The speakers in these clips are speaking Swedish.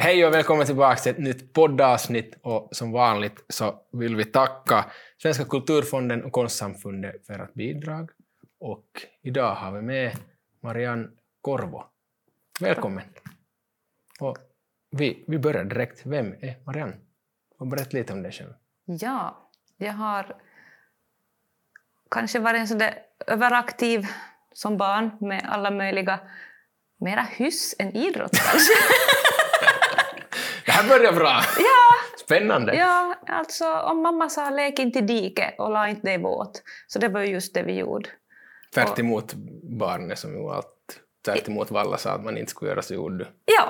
Hej och välkommen tillbaka till ett nytt poddavsnitt, och som vanligt så vill vi tacka Svenska kulturfonden och Konstsamfundet för ert bidrag. Och idag har vi med Marianne Korvo. Välkommen. Och vi börjar direkt. Vem är Marianne? Och berätta lite om dig själv. Ja, jag har kanske varit en sådär överaktiv som barn med alla möjliga, mera hyss än idrott kanske. Det här börjar bra! Ja! Spännande! Ja, alltså om mamma sa lek inte i diket och la inte det i båt. Så det var just det vi gjorde. Tvärt emot barnet som ju allt, tvärt emot vad alla sa att man inte skulle göra, så gjorde du. Ja!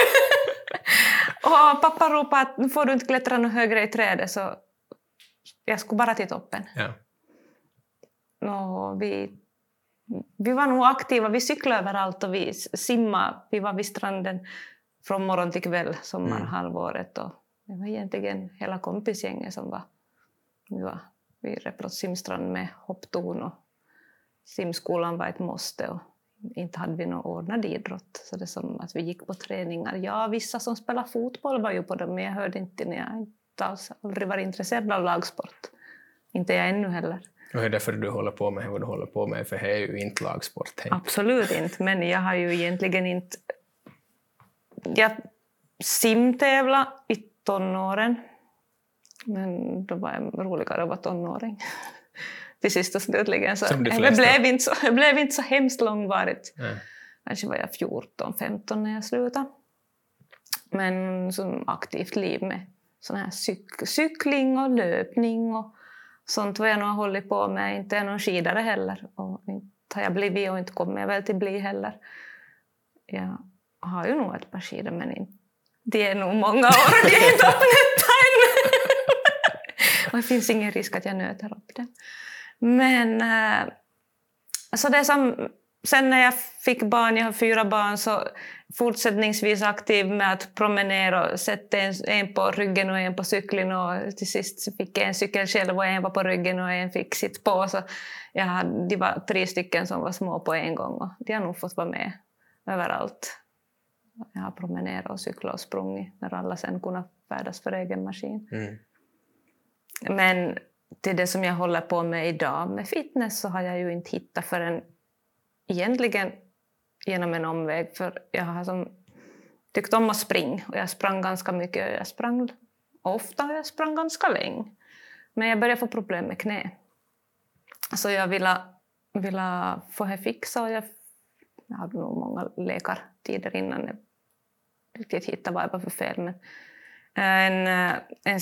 Och pappa ropade att nu får du inte klättra något högre i trädet, så jag skulle bara till toppen. Ja. Och vi var nog aktiva, vi cyklade överallt och vi simmade, vi var vid stranden från morgon till kväll sommarhalvåret. Och det var egentligen hela kompisgänget som var. Vi replåt simstrand med hopptorn och simskolan var ett måste och inte hade vi någon ordnad idrott. Så det är som att vi gick på träningar. Ja, vissa som spelar fotboll var ju på dem, men jag hörde inte när jag inte alls aldrig var intresserad av lagsport. Inte jag ännu heller. Och det är därför du håller på med vad du håller på med, för det är ju inte lagsport. Hej. Absolut inte, men jag har ju egentligen inte... Jag simtävlade i tonåren, men då var jag roligare att vara tonåring. Till sist och slutligen så det blev inte så hemskt långvarigt. Kanske var jag 14-15 när jag slutade. Men som aktivt liv med sån här cykling och löpning och sånt var jag nog hållit på med. Inte är någon skidare heller. Och inte har jag blivit och inte kommer jag väl till bli heller. Jag har ju nog ett par skidor, men inte. Det är nog många år och det är inte uppnötta än. Och det finns ingen risk att jag nöter upp det. Men så det som, sen när jag fick barn, jag har 4 barn, så fortsättningsvis aktiv med att promenera och sätta en på ryggen och en på cykeln, och till sist så fick jag en cykel själv och en var på ryggen och en fick sitt på. Så det var 3 stycken som var små på en gång och de har nog fått vara med överallt. Jag har promenerat och cyklat och sprungit när alla sen kunnat färdas för egen maskin. Men till det som jag håller på med idag med fitness så har jag ju inte hittat förrän egentligen genom en omväg. För jag har tyckt om att springa och jag sprang ganska mycket. Jag sprang ofta och jag sprang ganska länge. Men jag började få problem med knä. Så jag ville få det fixat, och jag hade nog många läkartider innan jag riktigt hittade vad det var för fel. Men en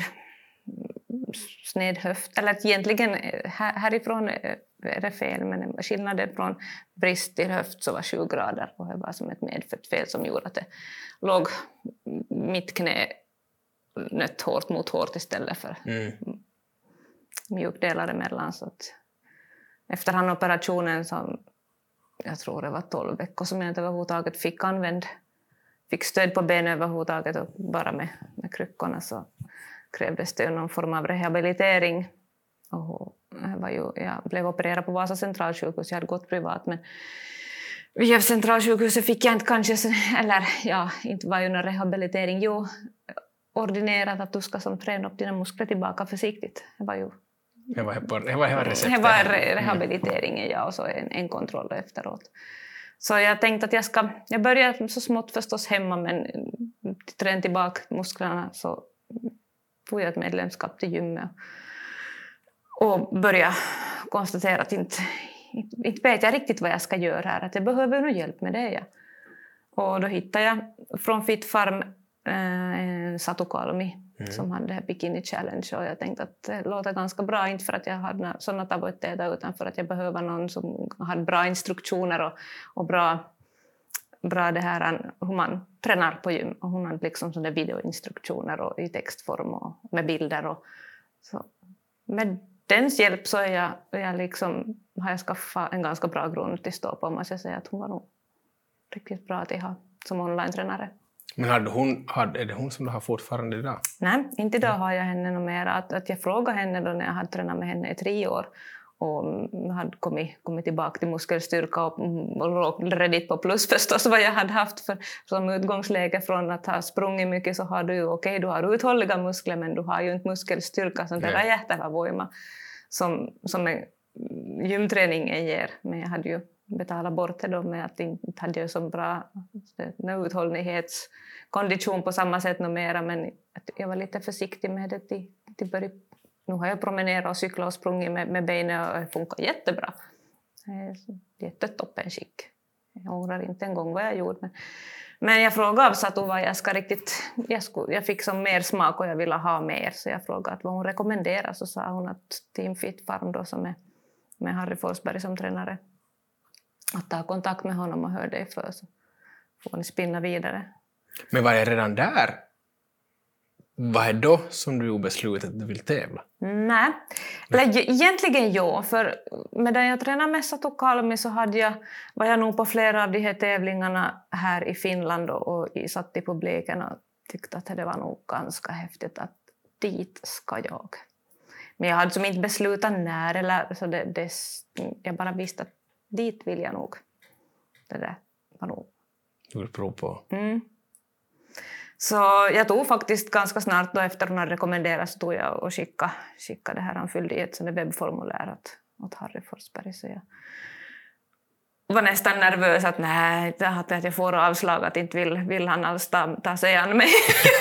sned höft, eller egentligen härifrån är det fel, men skillnaden från brist till höft så var 20 grader, och det var som ett medfött fel som gjorde att det låg mitt knä nött hårt mot hårt istället för mjukdelar emellan. Så att efter han operationen som jag tror det var 12 veckor som jag inte överhuvudtaget fick stöd på benen överhuvudtaget, och bara med kryckorna, så krävdes det någon form av rehabilitering. Och jag blev opererad på Vasa centralsjukhus, jag hade gått privat, men via centralsjukhuset fick jag inte inte var ju någon rehabilitering. Jo, ordinerat att du ska träna upp dina muskler tillbaka försiktigt. Det var rehabiliteringen, ja, och så en kontroll efteråt. Så jag tänkte att jag börjar så smått förstås hemma, men träna tillbaka musklerna, så får jag ett medlemskap till gymmet och börja konstatera att inte vet jag riktigt vad jag ska göra här, att jag behöver nog hjälp med det. Ja. Och då hittade jag från Fitfarm Satu Kalmi som hade Bikini Challenge, och jag tänkte att det låter ganska bra, inte för att jag hade sådana tavoitteita, utan för att jag behöver någon som hade bra instruktioner och bra det här hur man tränar på gym, och hon hade liksom sådana videoinstruktioner och i textform och med bilder, och så med dens hjälp så har jag skaffat en ganska bra grund till stå på, måste jag säga, att hon var nog riktigt bra att ha som online-tränare. Men är det hon som du har fortfarande idag? Nej, inte idag har jag henne något mer. Att jag frågade henne då när jag hade tränat med henne i 3 år och hade kommit tillbaka till muskelstyrka och låg redigt på plus förstås vad jag hade haft för som utgångsläge från att ha sprungit mycket så har du du har uthålliga muskler men du har ju inte muskelstyrka som det jättebra voima som gymträningen ger. Men jag hade ju betalat bort det då med att inte hade jag så bra uthållighetskondition på samma sätt numera men jag var lite försiktig med det till början. Nu har jag promenerat och cyklat och sprungit med benen och det funkar jättebra. Jättetoppen skick. Jag ångrar inte en gång vad jag gjorde. Men jag frågade av Satu vad jag ska riktigt... Jag fick som mer smak och jag ville ha mer. Så jag frågade vad hon rekommenderar. Så sa hon att Team Fit Farm då, som är med Harry Forsberg som tränare. Att ta kontakt med honom och höra dig för så får ni spinna vidare. Men var jag redan där? Vad är då som du beslutat att du vill tävla? Nej, egentligen ja. För medan jag tränade med Satu Kalmi så var jag nog på flera av de här tävlingarna här i Finland och satt i publiken och tyckte att det var nog ganska häftigt att dit ska jag. Men jag hade som inte beslutat när eller så jag bara visste att dit vill jag nog. Det där var nog. Du vill prova på? Så jag tog faktiskt ganska snart då efter hon hade rekommenderat så tog jag och skickade det här. Han fyllde i ett sådant webbformulär åt Harry Forsberg. Så jag var nästan nervös att att jag får avslag att inte vill han alls ta sig an mig.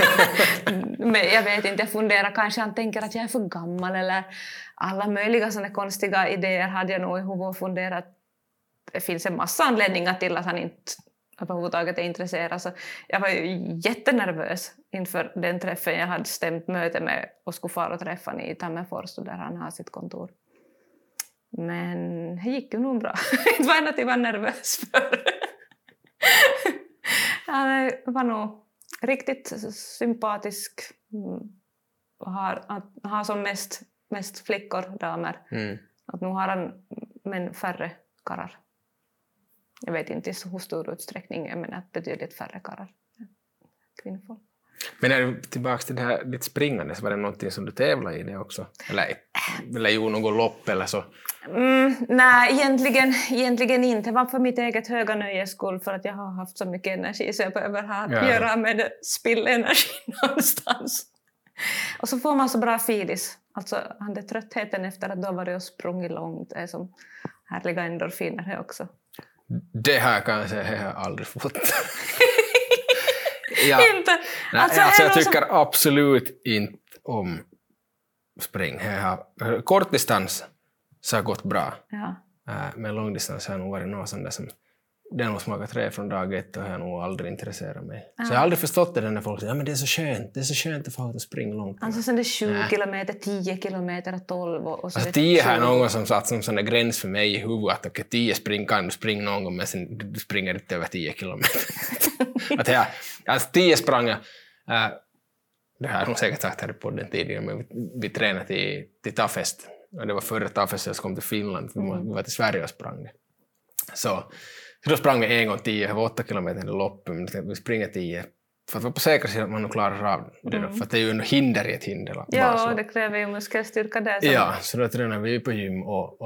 Men jag vet inte, jag funderar kanske han tänker att jag är för gammal eller alla möjliga sådana konstiga idéer hade jag nog i huvudet och funderat. Det finns en massa anledningar till att han inte överhuvudtaget är intresserad. Så jag var ju jättenervös inför den träffen. Jag hade stämt möte med och skulle fara och träffa i Tammerfors där han har sitt kontor. Men det gick ju nog bra. Det var något jag var nervös för. Han var nog riktigt sympatisk. Har som mest flickor, damer. Att nu har han men färre karlar. Jag vet inte i hur stor utsträckning, men att betydligt färre karlar. Kvinnofolk. Men är du tillbaka till det här ditt springande, så var det någonting som du tävlar i det också? Eller gjorde något lopp eller så? Nej, egentligen inte. Det var för mitt eget höga nöjes skull för att jag har haft så mycket energi så jag behöver göra med spillenergi någonstans. Och så får man så bra filis. Alltså den tröttheten efter att då var det och sprungit långt är som härliga endorfiner här också. Det här kanske jag har aldrig fått. Inte. Alltså jag tycker absolut inte om spring. Kortdistans så har gått bra. Ja. Men långdistans har nog varit något sånt där som det har nog smakat trä från dag ett och jag har nog aldrig intresserat mig. Ja. Så jag har aldrig förstått det när folk säger men det är så skönt att få att springa långt. Alltså sen det är 20 kilometer, 10 kilometer, 12 och så alltså 10 har någon som satt som sån gräns för mig i huvudet att 10 kan du springa någon gång men sen du springer inte över 10 kilometer. Alltså 10 sprang jag. Det här har jag säkert sagt här på den tidigare men vi tränade till Tafest. Och det var före Tafest jag kom till Finland. Vi var till Sverige och sprang. Så då sprang vi en gång 10, det var 8 kilometer i loppet, men vi springer 10. För att vara på säkra sidan att man nog klarar av det då, för att det är ju en hinder i ett hinder. Ja, det kräver ju muskelstyrka där. Ja, så då tränade vi på gym och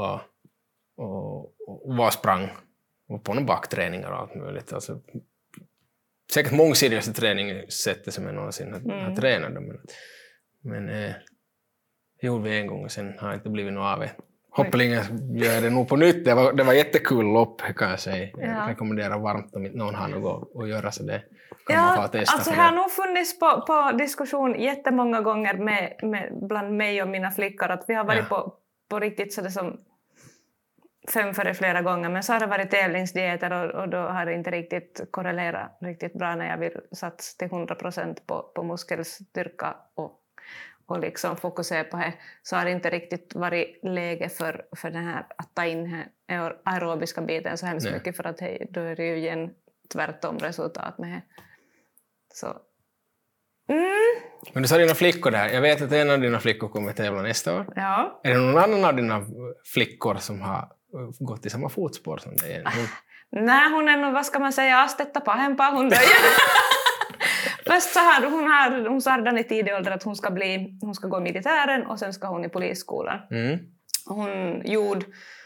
var sprang och på någon backträningar och allt möjligt. Alltså, säkert mångsidigaste träningssättet som jag någonsin har tränat. Men gjorde vi en gång och sen har det inte blivit något av det. Hopplingen gör det nog på nytt. Det var jättekul lopp kan jag säga. Jag rekommenderar varmt om inte någon har något att göra så det kan man få testa. Alltså här har nog funnits på diskussion jättemånga gånger med bland mig och mina flickor att vi har varit på riktigt så det som 5 före flera gånger men så har det varit tävlingsdieter och då har det inte riktigt korrelerat riktigt bra när jag vill satsa till 100% på muskelstyrka och liksom fokusera på det så har det inte riktigt varit läge för den här att ta in den aerobiska biten så hemskt mycket för att då är det ju igen tvärtom resultat med det. Så. Men du sa dina flickor där. Jag vet att en av dina flickor kommer att tävla nästa år. Ja. Är det någon annan av dina flickor som har gått i samma fotspår som dig? Nej, hon är nog, vad ska man säga, astetta pahempaa hon. Först så hon sa redan i tidig ålder att hon ska gå i militären och sen ska hon i polisskolan. Hon gjorde...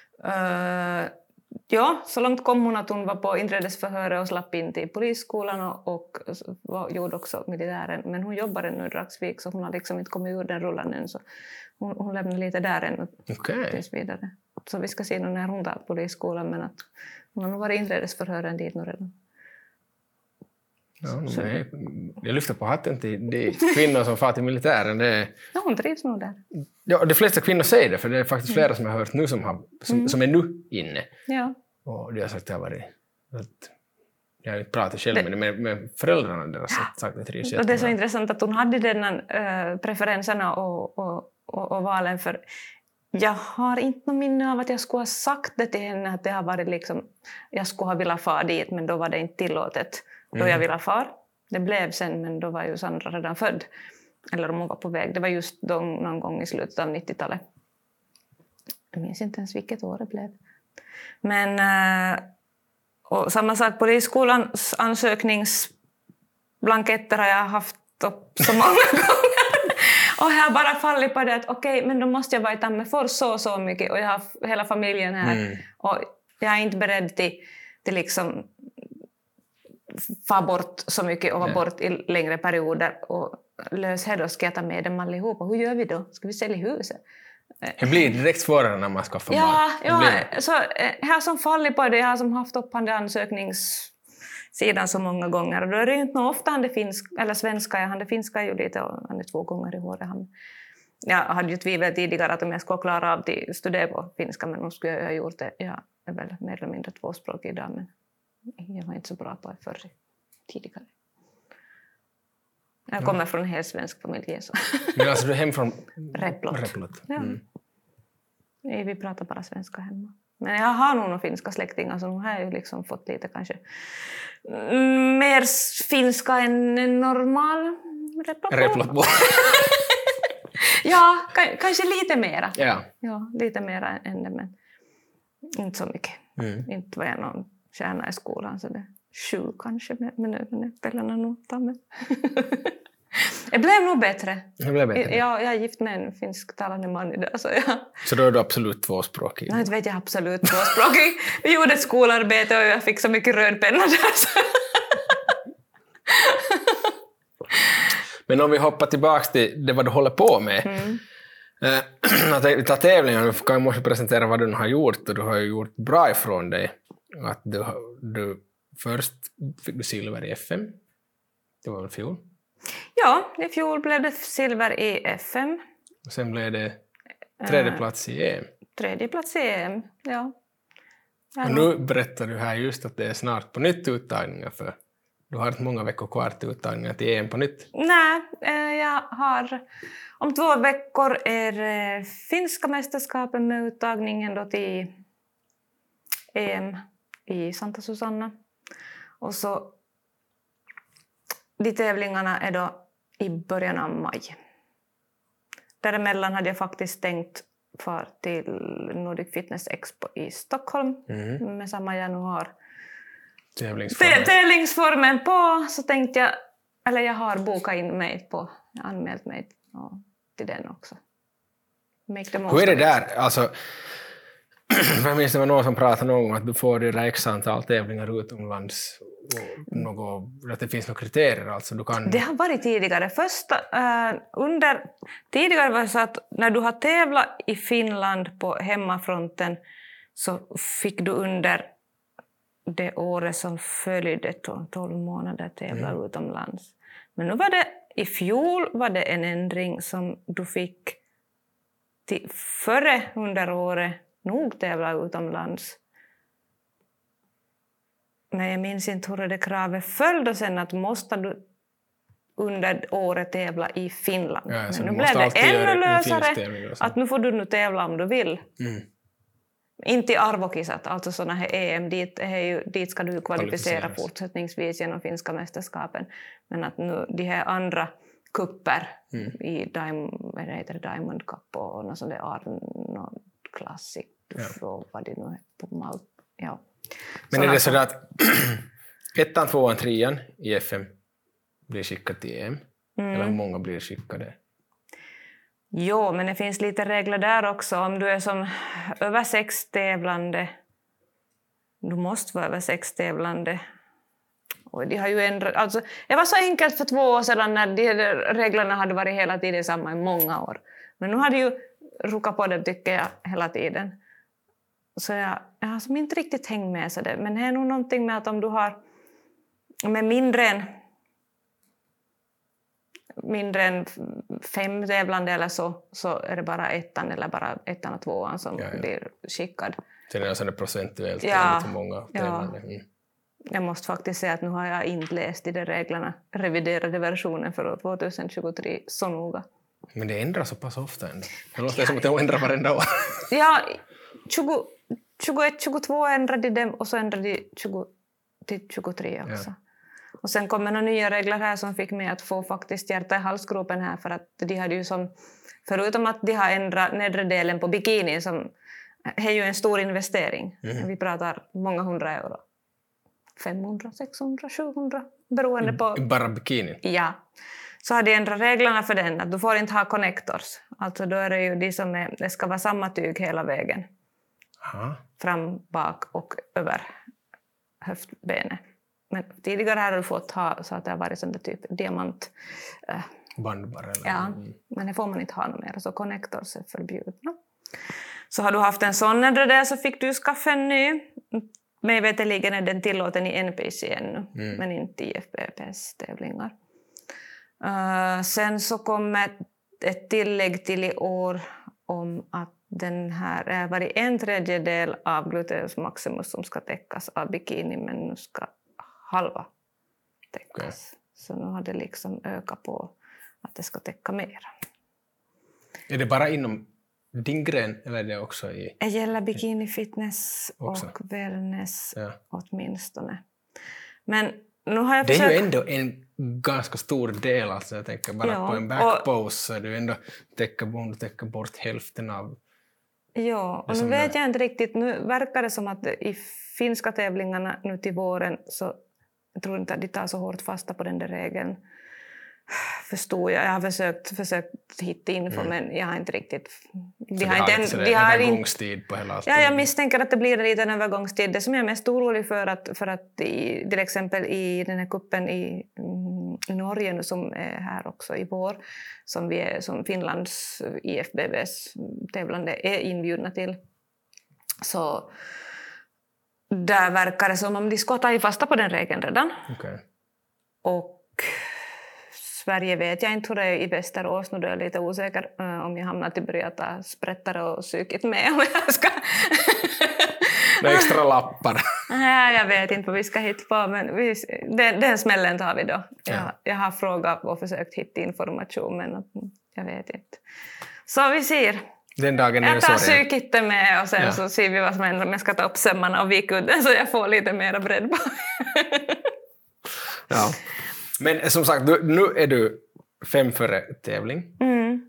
så långt kom hon att hon var på inträdesförhöret och slapp in till polisskolan och gjorde också militären. Men hon jobbade nu i Dragsvik så hon har liksom inte kommit ur den rullen än. Så hon lämnar lite där ännu tills vidare. Så vi ska se nu när hon tar polisskolan, men att hon har nog varit inträdesförhören dit nu redan. Ja, jag lyfter på hatten till de kvinnor som far till militären. Ja, hon trivs nog där. Ja, de flesta kvinnor säger det, för det är faktiskt flera som jag har hört nu som är nu inne. Ja. Och det har sagt att det har varit... Jag har inte pratat själv med föräldrarna deras sagt att det trivs jättebra. Det är så intressant att hon hade den preferenserna och valen, för jag har inte någon minne av att jag skulle ha sagt det till henne att det har varit liksom, jag skulle ha velat fara dit men då var det inte tillåtet då jag ville fara. Det blev sen, men då var ju Sandra redan född. Eller om hon var på väg. Det var just då, någon gång i slutet av 90-talet. Jag minns inte ens vilket år det blev. Men och samma sak, polisskolans ansökningsblanketter har jag haft upp så många gånger. Och jag har bara fallit på det att okej, men då måste jag vara i Tammerfors så mycket och jag har hela familjen här. Och jag är inte beredd till liksom få bort så mycket och vara bort i längre perioder. Och löshet då, ska jag ta med dem allihopa? Hur gör vi då? Ska vi sälja huset? Det blir direkt svårare när man ska få barn. Så jag har som fallit på det. Jag har som haft upp på ansökningssidan så många gånger. Och då är det inte ofta han det finska, eller svenska. Jag hade finska ju lite och han är 2 gånger i året. Jag hade ju tvivel tidigare att om jag skulle klara av att studera på finska, men nu skulle jag ha gjort det. Jag är väl mer eller mindre 2-språkig idag, men jag var inte så bra på det förr tidigare. Jag kommer från en helt svensk familj. Så. Men alltså du är hem från Replot. Ja. Nej, vi pratar bara svenska hemma. Men jag har nog några finska släktingar, så nu har jag ju liksom fått lite kanske mer finska än en normal Replotbo. Ja, kanske lite mera. Ja, lite mera än det, men inte så mycket. Inte var jag någon kärna i skolan, så det 7 kanske med nödvändigheterna nota. Men det blev nog bättre. Jag är gift med en finsktalande man idag. Så då är du absolut 2-språkig? Nej, inte vet jag, absolut 2-språkig. Vi gjorde ett skolarbete och jag fick så mycket röd penna där. Så. Men om vi hoppar tillbaka till det vad du håller på med. Vi tar tävlingar, du måste presentera vad du har gjort, och du har ju gjort bra ifrån dig. Att du först fick du silver i FM. Det var väl fjol? Ja, i fjol blev det silver i FM. Och sen blev det 3:e plats i EM. 3:e plats i EM, ja. Och nu berättar du här just att det är snart på nytt uttagningar, för du har inte många veckor kvar till uttagningar till EM på nytt. Nej, jag har... Om 2 veckor är finska mästerskapen med uttagningen då till EM i Santa Susanna. Och så de tävlingarna är då i början av maj. Däremellan hade jag faktiskt tänkt för till Nordic Fitness Expo i Stockholm. Med samma jag nu har tävlingsformen på, så tänkte jag, eller jag har bokat in mig på, jag har anmält mig till den också. Hur är det där? Alltså, jag minns det var någon som pratade om att du får dina x antal tävlingar utomlands och att det finns några kriterier. Alltså du kan... Det har varit tidigare. Tidigare var det så att när du har tävlat i Finland på hemmafronten så fick du under det året som följde 12 månader tävla utomlands. Men nu var det, i fjol var det en ändring som du fick före under året nog tävla utomlands. Men jag minns inte hur det kravet följde sen att måste du under året tävla i Finland. Ja, men nu blev det ännu lösare att nu får du nu tävla om du vill. Inte i arvokisat, alltså sådana här EM, dit ska du kvalificera fortsättningsvis genom finska mästerskapen. Men att nu de här andra kupper i Diamond Cup och någon sån där Arnold Classic, vad det nu är på Malta. Ja. Men är det så att 1:an, 2:an, 3:an i FM blir skickade till EM? Eller hur många blir skickade? Jo, men det finns lite regler där också. Om du är som över 6 tävlande, du måste vara över 6 tävlande. Och de har ju ändrat, alltså, det var så enkelt för 2 år sedan när de reglerna hade varit hela tiden samma i många år. Men nu har de ju ruckat på det, tycker jag, hela tiden. Så jag har som inte riktigt hängt med sig det. Men det är nog någonting med att om du har med mindre än 5 tävlande eller så är det bara 1 eller bara 1 och 2 som blir skickad. Så det är alltså procentuellt för många tävlande. Ja. Jag måste faktiskt säga att nu har jag inte läst i de reglerna, reviderade versionen för år 2023 så noga. Men det ändras så pass ofta ändå. Det låter som att det ändrar varenda år. Ja, 21, 22 ändrade de dem och så ändrade de 20 till 23 också. Ja. Och sen kommer några nya regler här som fick mig att få faktiskt hjärta i halsgropen här, för att de hade ju som, förutom att de har ändrat nedre delen på bikini som är ju en stor investering. Vi pratar många 100 euro. 500, 600, 700 beroende på... Bara bikini? Ja. Så har de ändrat reglerna för den att du får inte ha connectors. Alltså då är det ju de som det ska vara samma tyg hela vägen. Aha. Fram, bak och över höftbenet. Men tidigare har du fått ha så att det har varit sån där typ diamant... Band bara? Eller? Ja, men det får man inte ha något mer. Så connectors är förbjudna. Så har du haft en sån ändra där så fick du skaffa en ny. Mig veterligen är den tillåten i NPC ännu, men inte i FBPs tävlingar. Sen så kommer ett tillägg till i år om att den här är varit 1/3 av gluteus maximus som ska täckas av bikini, men nu ska halva täckas. Okay. Så nu har det liksom ökat på att det ska täcka mer. Är det bara inom din gren eller är det också i... Det gäller bikini fitness också. Och wellness åtminstone. Men nu har jag det är ju ändå en ganska stor del, alltså jag tänker bara på en backpose så är det ändå täcker bort hälften av... Ja, och nu vet jag inte riktigt, nu verkar det som att i finska tävlingarna nu till våren så jag tror inte att de tar så hårt fasta på den där regeln. Förstår jag. Jag har försökt hitta info men jag har inte riktigt... De har inte övergångstid på hela allt. Ja, jag misstänker att det blir en liten övergångstid. Det som jag är mest orolig för att till exempel i den här kuppen i Norge nu, som är här också i vår, som Finlands IFBBs tävlande är inbjudna till, så där verkar det som om de ska ta fasta på den regeln redan. Okay. Och Sverige vet jag inte hur det är i Västerås. Nu är jag lite osäker om jag hamnar till börja ta sprättare och psykigt med. Om jag ska... Det är extra lappar. Ja, jag vet inte vad vi ska hitta på. Men den smällen tar vi då. Jag har frågat och försökt hitta information men jag vet inte. Så vi ser. Den dagen är jag tar psykit med och sen så ser vi vad som händer om jag ska ta upp sömmarna och vikudden så jag får lite mer bredd på. Ja. Men som sagt, nu är du 5 före tävling.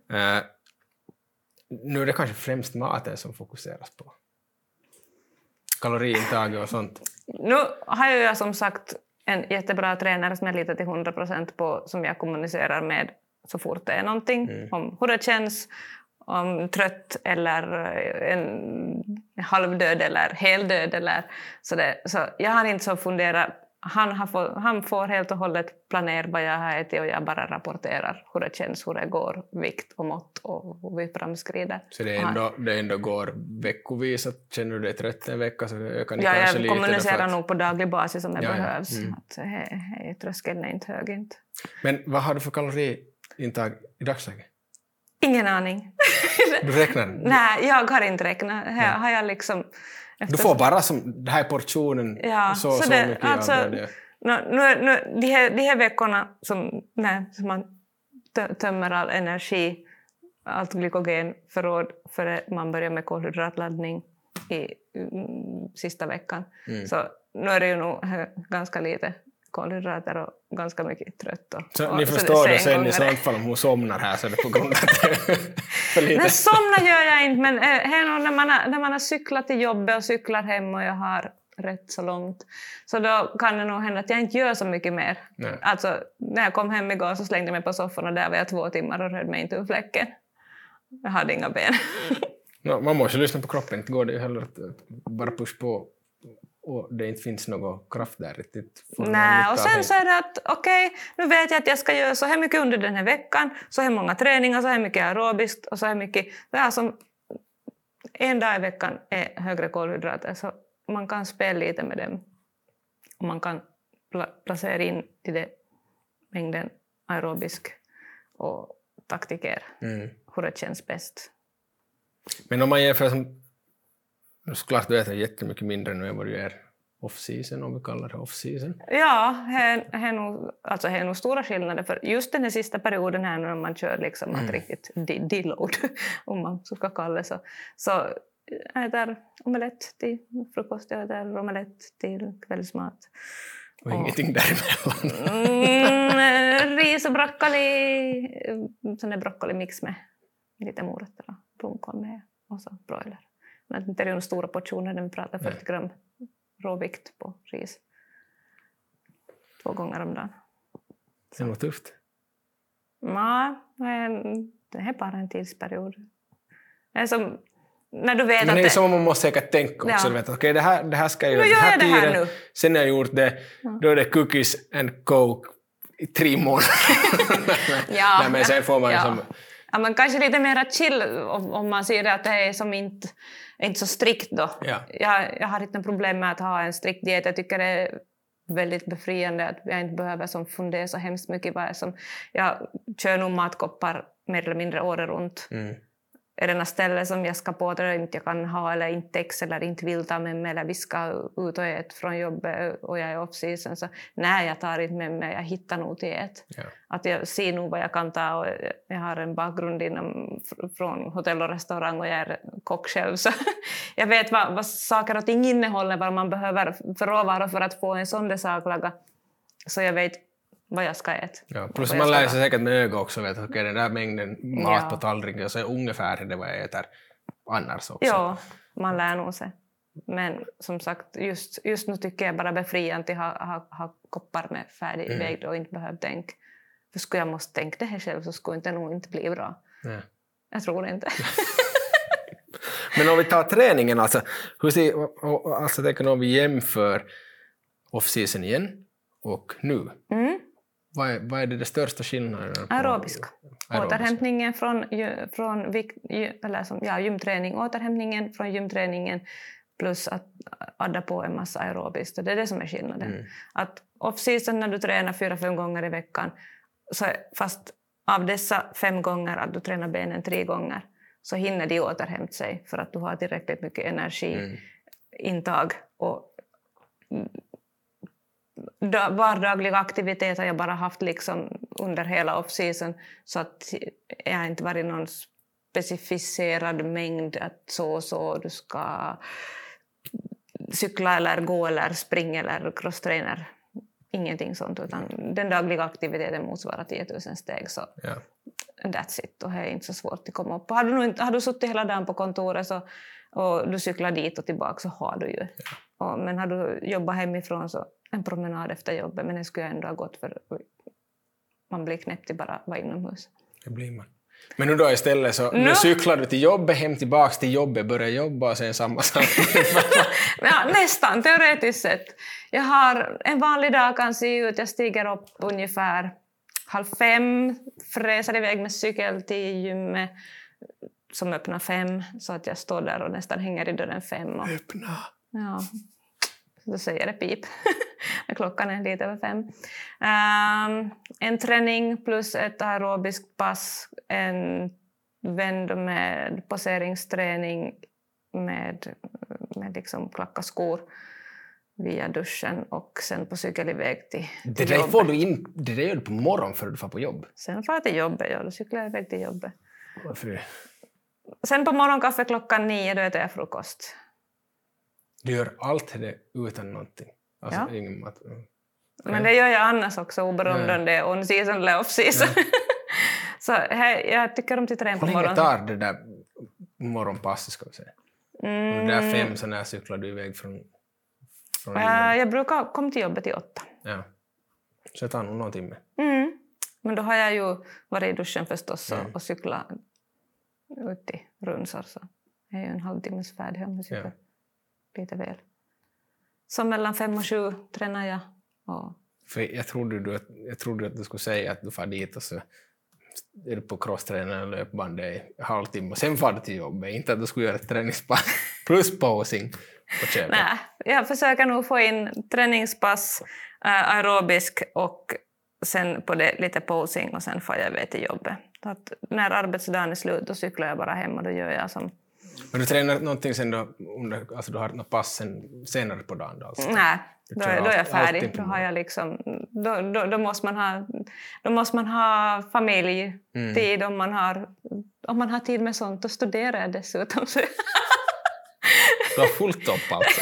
Nu är det kanske främst maten som fokuseras på. Kaloriintag och sånt. Nu har jag som sagt en jättebra tränare som jag litar till 100% på, som jag kommunicerar med så fort det är någonting. Om hur det känns, om trött eller en halvdöd eller heldöd. Eller så jag har inte så funderat. Han får helt och hållet planera vad jag har ätit och jag bara rapporterar hur det känns, hur det går, vikt och mått och hur vi framskrider. Så det ändå går veckovis, att känner du dig trött en vecka så ökar ni kanske lite? Jag kommunicerar nog på daglig basis om det behövs. Tröskeln är inte hög. Inte. Men vad har du för kaloriintag i dagsläget? Ingen aning. Du räknar? Nej, jag har inte räknat. Här har jag liksom... Du får bara som den här portionen så mycket alltså, av det. De här veckorna som man tömmer all energi, allt glykogenförråd före man börjar med kolhydratladdning i sista veckan. Så nu är det ju nog ganska lite kolhydrater och ganska mycket trött. Så ni förstår det sen i sånt fall om hon somnar här så är det på grund av det för lite. Men somnar gör jag inte, men när man har cyklat till jobbet och cyklar hem och jag har rätt så långt så då kan det nog hända att jag inte gör så mycket mer. Nej. Alltså när jag kom hem igår så slängde jag mig på soffan och där var jag 2 timmar och rörde mig inte ur fläcken. Jag hade inga ben. No, man måste lyssna på kroppen, inte går det ju heller att bara push på och det inte finns någon kraft där riktigt. Nej, och sen så är det att okej, nu vet jag att jag ska göra så här mycket under den här veckan, så här många träningar, så här mycket aerobiskt och så här mycket. Det är som en dag i veckan är högre kolhydrater, så man kan spela lite med dem. Och man kan placera in i det mängden aerobisk och taktiker. Hur det känns bäst. Men om man jämför som... Såklart du äter jättemycket mindre nu än vad du är off-season, om vi kallar det off-season. Ja, det är nog stora skillnader. För just den här sista perioden här när man kör liksom att riktigt deload, om man ska kalla det så jag äter omelett till frukost, jag äter omelett till kvällsmat. Och ingenting däremellan. Ris och broccoli, sån där broccolimix med lite morötter och blomkål med och så broiler. Men det är ju stora portioner, den pratar 40 gram råvikt på ris. 2 gånger om dagen. Det var tufft. Nej, det är bara en tidsperiod. Det är som, när du vet men det är att som man måste säkert tänka också. Ja. Okej, det här ska jag göra den här tiden. Nu. Sen när jag gjort det, då är det cookies and coke i 3 månader. Nej, men sen får man som... Ja, men kanske lite mer chill om man ser att det är som inte så strikt då. Ja. Jag har inte problem med att ha en strikt diet. Jag tycker det är väldigt befriande att jag inte behöver som fundera så hemskt mycket. Jag kör nog matkoppar mer eller mindre året runt. Är det några ställen som jag ska på där inte jag kan ha eller inte eller inte vill ta med mig eller vi ska ut och äta från jobbet och jag är off-season, så nej, jag tar inte med mig, jag hittar nog till ett. Ja. Att jag ser nog vad jag kan ta, och jag har en bakgrund från hotell och restaurang och jag är kock själv, så jag vet vad saker och ting innehåller, vad man behöver för råvaror för att få en sån där saklaga, så jag vet vad jag ska äta. Ja, plus man lär sig säkert med öga också, vet att den där mängden mat på tallriken så är ungefär det vad jag äter annars också. Ja, man lär nog sig. Men som sagt, just nu tycker jag bara befriande att ha koppar med färdigvägd och inte behöva tänka. För skulle jag måste tänka det här själv så skulle det nog inte bli bra. Ja. Jag tror inte. Men om vi tar träningen, alltså om vi jämför off-season igen och nu. Vad är det största skillnaden? Aerobisk. Återhämtningen från gymträning, återhämtningen från gymträningen plus att adda på en massa aerobiskt. Det är det som är skillnaden. Att off-season när du tränar 4-5 gånger i veckan, så fast av dessa 5 gånger att du tränar benen 3 gånger, så hinner de återhämta sig för att du har tillräckligt mycket energiintag. Och vardagliga aktiviteter har jag bara haft liksom under hela off-season, så att jag inte varit någon specificerad mängd att så du ska cykla eller gå eller springa eller crosstrainer. Ingenting sånt, utan den dagliga aktiviteten motsvarar 10 000 steg, så that's it, och det är inte så svårt att komma upp. Har du suttit hela dagen på kontoret och du cyklar dit och tillbaka, så har du ju. Men har du jobbat hemifrån, så en promenad efter jobbet, men det skulle jag ändå ha gått, för man blir knäppt i bara vara inomhus. Det blir man. Men nu då istället så nu cyklar du till jobbet, hem tillbaka till jobbet, börjar jobba och sen samma sak. Ja, nästan teoretiskt sett. Jag har en vanlig dag kan se ut, jag stiger upp ungefär 4:30, fräser iväg med cykel till gymmet som öppnar 5, så att jag står där och nästan hänger i dörren 5. Öppna! Ja, då säger det pip. Klockan är lite över 5. En träning plus ett aerobiskt pass, en vänd med poseringsträning med liksom klacka skor via duschen och sen på cykel iväg till det där jobbet. Får du in, det där gör du på morgonen för att du får på jobb? Sen får jag till jobbet, då cyklar jag iväg till jobbet. Varför? Sen på morgonkaffe 9:00, då äter jag frukost. Du gör allt det utan någonting? Alltså ingen mat? Okay. Men det gör jag annars också, oberoende om det är on-season eller off-season. Så jag tycker om att träna på morgonen. Hur länge tar det där morgonpasset, ska vi säga? Och det där 5, så när cyklar du iväg från jag brukar komma till jobbet till 8. Ja. Så det tar nog någon timme. Men då har jag ju varit i duschen förstås och cyklat ut i Runsar så är ju en halvtimmes färd hem. Ja. Lite väl. Så mellan 5 och 7 tränar jag. Och För jag trodde att du skulle säga att du far dit och så är du på crosstränaren och löpband i halvtimme och sen far du till jobbet. Inte att du skulle göra ett träningspass plus posing på köpet. nej, jag försöker nog få in träningspass, aerobisk och sen på det lite posing och sen får jag iväg till jobbet. Så att när arbetsdagen är slut då cyklar jag bara hem och då gör jag som... Men du tränar någonting sen då, alltså du har något pass senare på dagen då? Alltså. Nej, då är jag färdig. Då har jag liksom, då måste man ha familjetid om man har tid med sånt och studerar jag dessutom. Du har fullt upp alltså?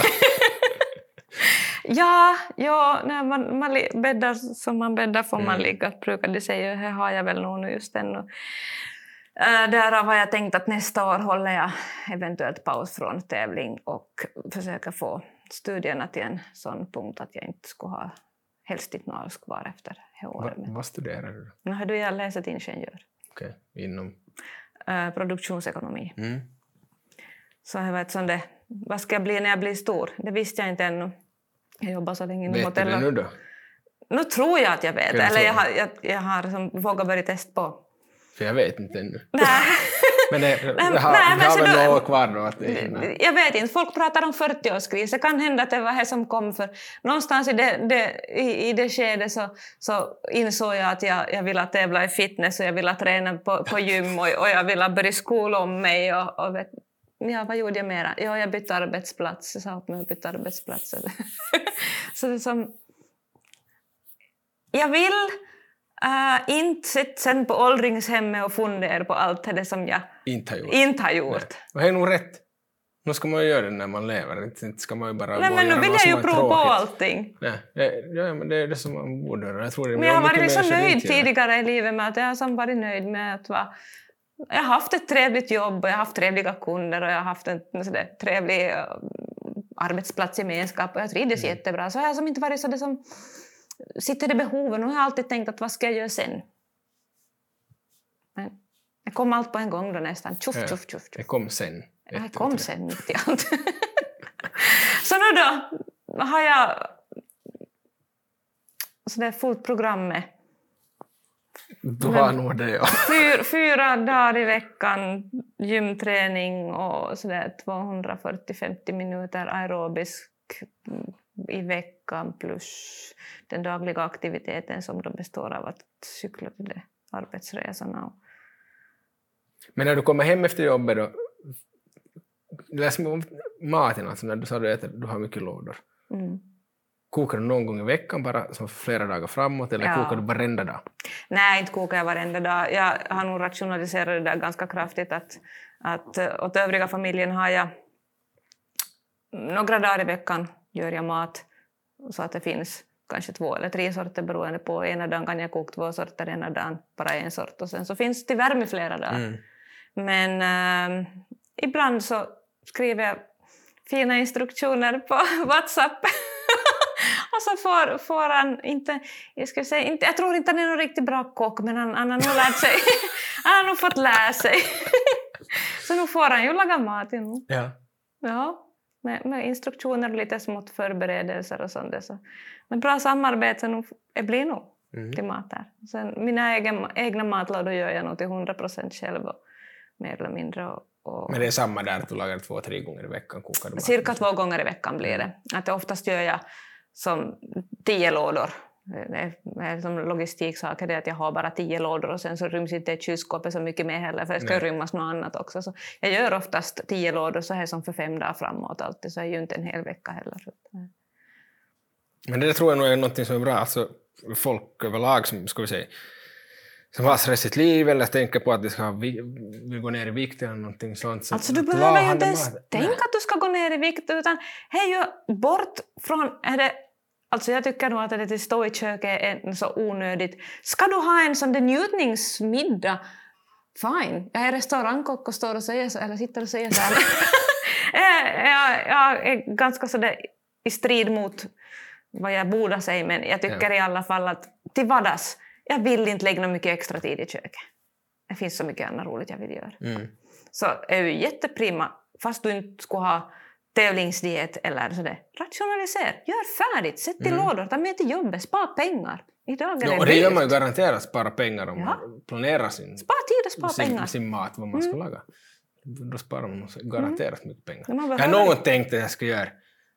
Ja, när man bäddar som man bäddar får man ligga, brukar det säga. Här har jag väl nog nu just ännu. Därav har jag tänkt att nästa år håller jag eventuellt paus från tävling och försöker få studierna till en sån punkt att jag inte skulle ha helst inte några kvar efter det året. Vad studerar du? Jag läser till ingenjör. Okej, inom? Produktionsekonomi. Så jag vet sån det, vad ska jag bli när jag blir stor? Det visste jag inte ännu. Jag jobbar så länge inom hotell. Vet du det nu då? Nu tror jag att jag vet. Eller jag har vågat börja testa på. För jag vet inte ännu. Nej. Men det har väl några år kvar då? Att jag vet inte. Folk pratar om 40-årskris. Det kan hända att det var det som kom för. Någonstans i det skedet så insåg jag att jag ville tävla i fitness och jag ville träna på gym och jag ville börja skola om mig. Och vad gjorde jag mera? Ja, jag bytte arbetsplats. Jag sa upp mig och bytte arbetsplats. Så det som... Jag vill... inte sitta sen på åldringshemmet och fundera på allt det som jag inte har gjort. Och det är nog rätt. Nu ska man ju göra det när man lever. Inte ska man ju bara nej, men nu vill jag ju prova på allting. Ja, men det är det som man borde göra. Men jag har varit liksom nöjd tidigare i livet med att jag har varit nöjd med att jag har haft ett trevligt jobb och jag har haft trevliga kunder och jag har haft en trevlig arbetsplatsgemenskap och jag trivdes jättebra. Så jag har som inte varit så det som sitter i behoven och jag har alltid tänkt att vad ska jag göra sen? Men det kom allt på en gång då nästan. Tjuff. Det kom sen. Det kom sen mitt i allt. Så nu då har jag så det är fullt program med. Du har nog det, ja. 4 dagar i veckan gymträning och sådär 240-50 minuter aerobisk i veckan plus den dagliga aktiviteten som då består av att cykla till det arbetsresorna. Men när du kommer hem efter jobbet då, läs om maten, alltså när du sa att du har mycket lådor. Kokar du någon gång i veckan bara som flera dagar framåt eller kokar du varenda dag? Nej, inte kokar jag varenda dag. Jag har nog rationaliserat det där ganska kraftigt att åt övriga familjen har jag några dagar i veckan gör jag mat så att det finns kanske 2 eller 3 sorter beroende på. Ena dagen kan jag koka 2 sorter, ena dagen bara en sort och sen så finns det värme flera dagar. Men ibland så skriver jag fina instruktioner på WhatsApp och så får han inte, jag tror inte han är någon riktigt bra kock men han har nog lärt sig, han har nog fått lära sig. Så nu får han ju laga mat. Ja. Med instruktioner och lite smått förberedelser och sånt. Så. Men bra samarbete blir nog till mat där. Sen, mina egna matlådor gör jag nog till 100% själv och mer eller mindre. Men det är samma där att du lagar 2-3 gånger i veckan? Kokar du cirka 2 gånger i veckan blir det. Att oftast gör jag som 10 lådor. Det är som logistiksaker, det är att jag har bara 10 lådor och sen så ryms inte ett kylskåp så mycket mer heller för det ska rymmas något annat också. Så jag gör oftast 10 lådor så här som för 5 dagar framåt alltid, så är ju inte en hel vecka heller. Men det tror jag nog är något som är bra. Alltså, folk överlag som, ska vi säga, som har stressigt liv eller tänker på att de vill gå ner i vikt eller någonting sånt. Så alltså du behöver ju inte ens tänka att du ska gå ner i vikt utan hej ju bort från... Alltså jag tycker nog att det stå i köket är så onödigt. Ska du ha en sån där njutningsmiddag? Fine. Jag är restaurangkock och står och säger så, eller sitter och säger så här. jag är ganska så där i strid mot vad jag borde säga, men jag tycker i alla fall att till vardags, jag vill inte lägga mycket extra tid i köket. Det finns så mycket annat roligt jag vill göra. så är ju jätteprima, fast du inte skulle ha tävlingsdiet eller sådär. Rationalisera, gör färdigt, sätt i lådor, ta med till jobbet, spara pengar. Idag är det och det gör man ju garanterat, spara pengar om man planerar sin mat, vad man ska laga. Då sparar man garanterat mycket pengar. Jag har någon tänkt att jag ska göra.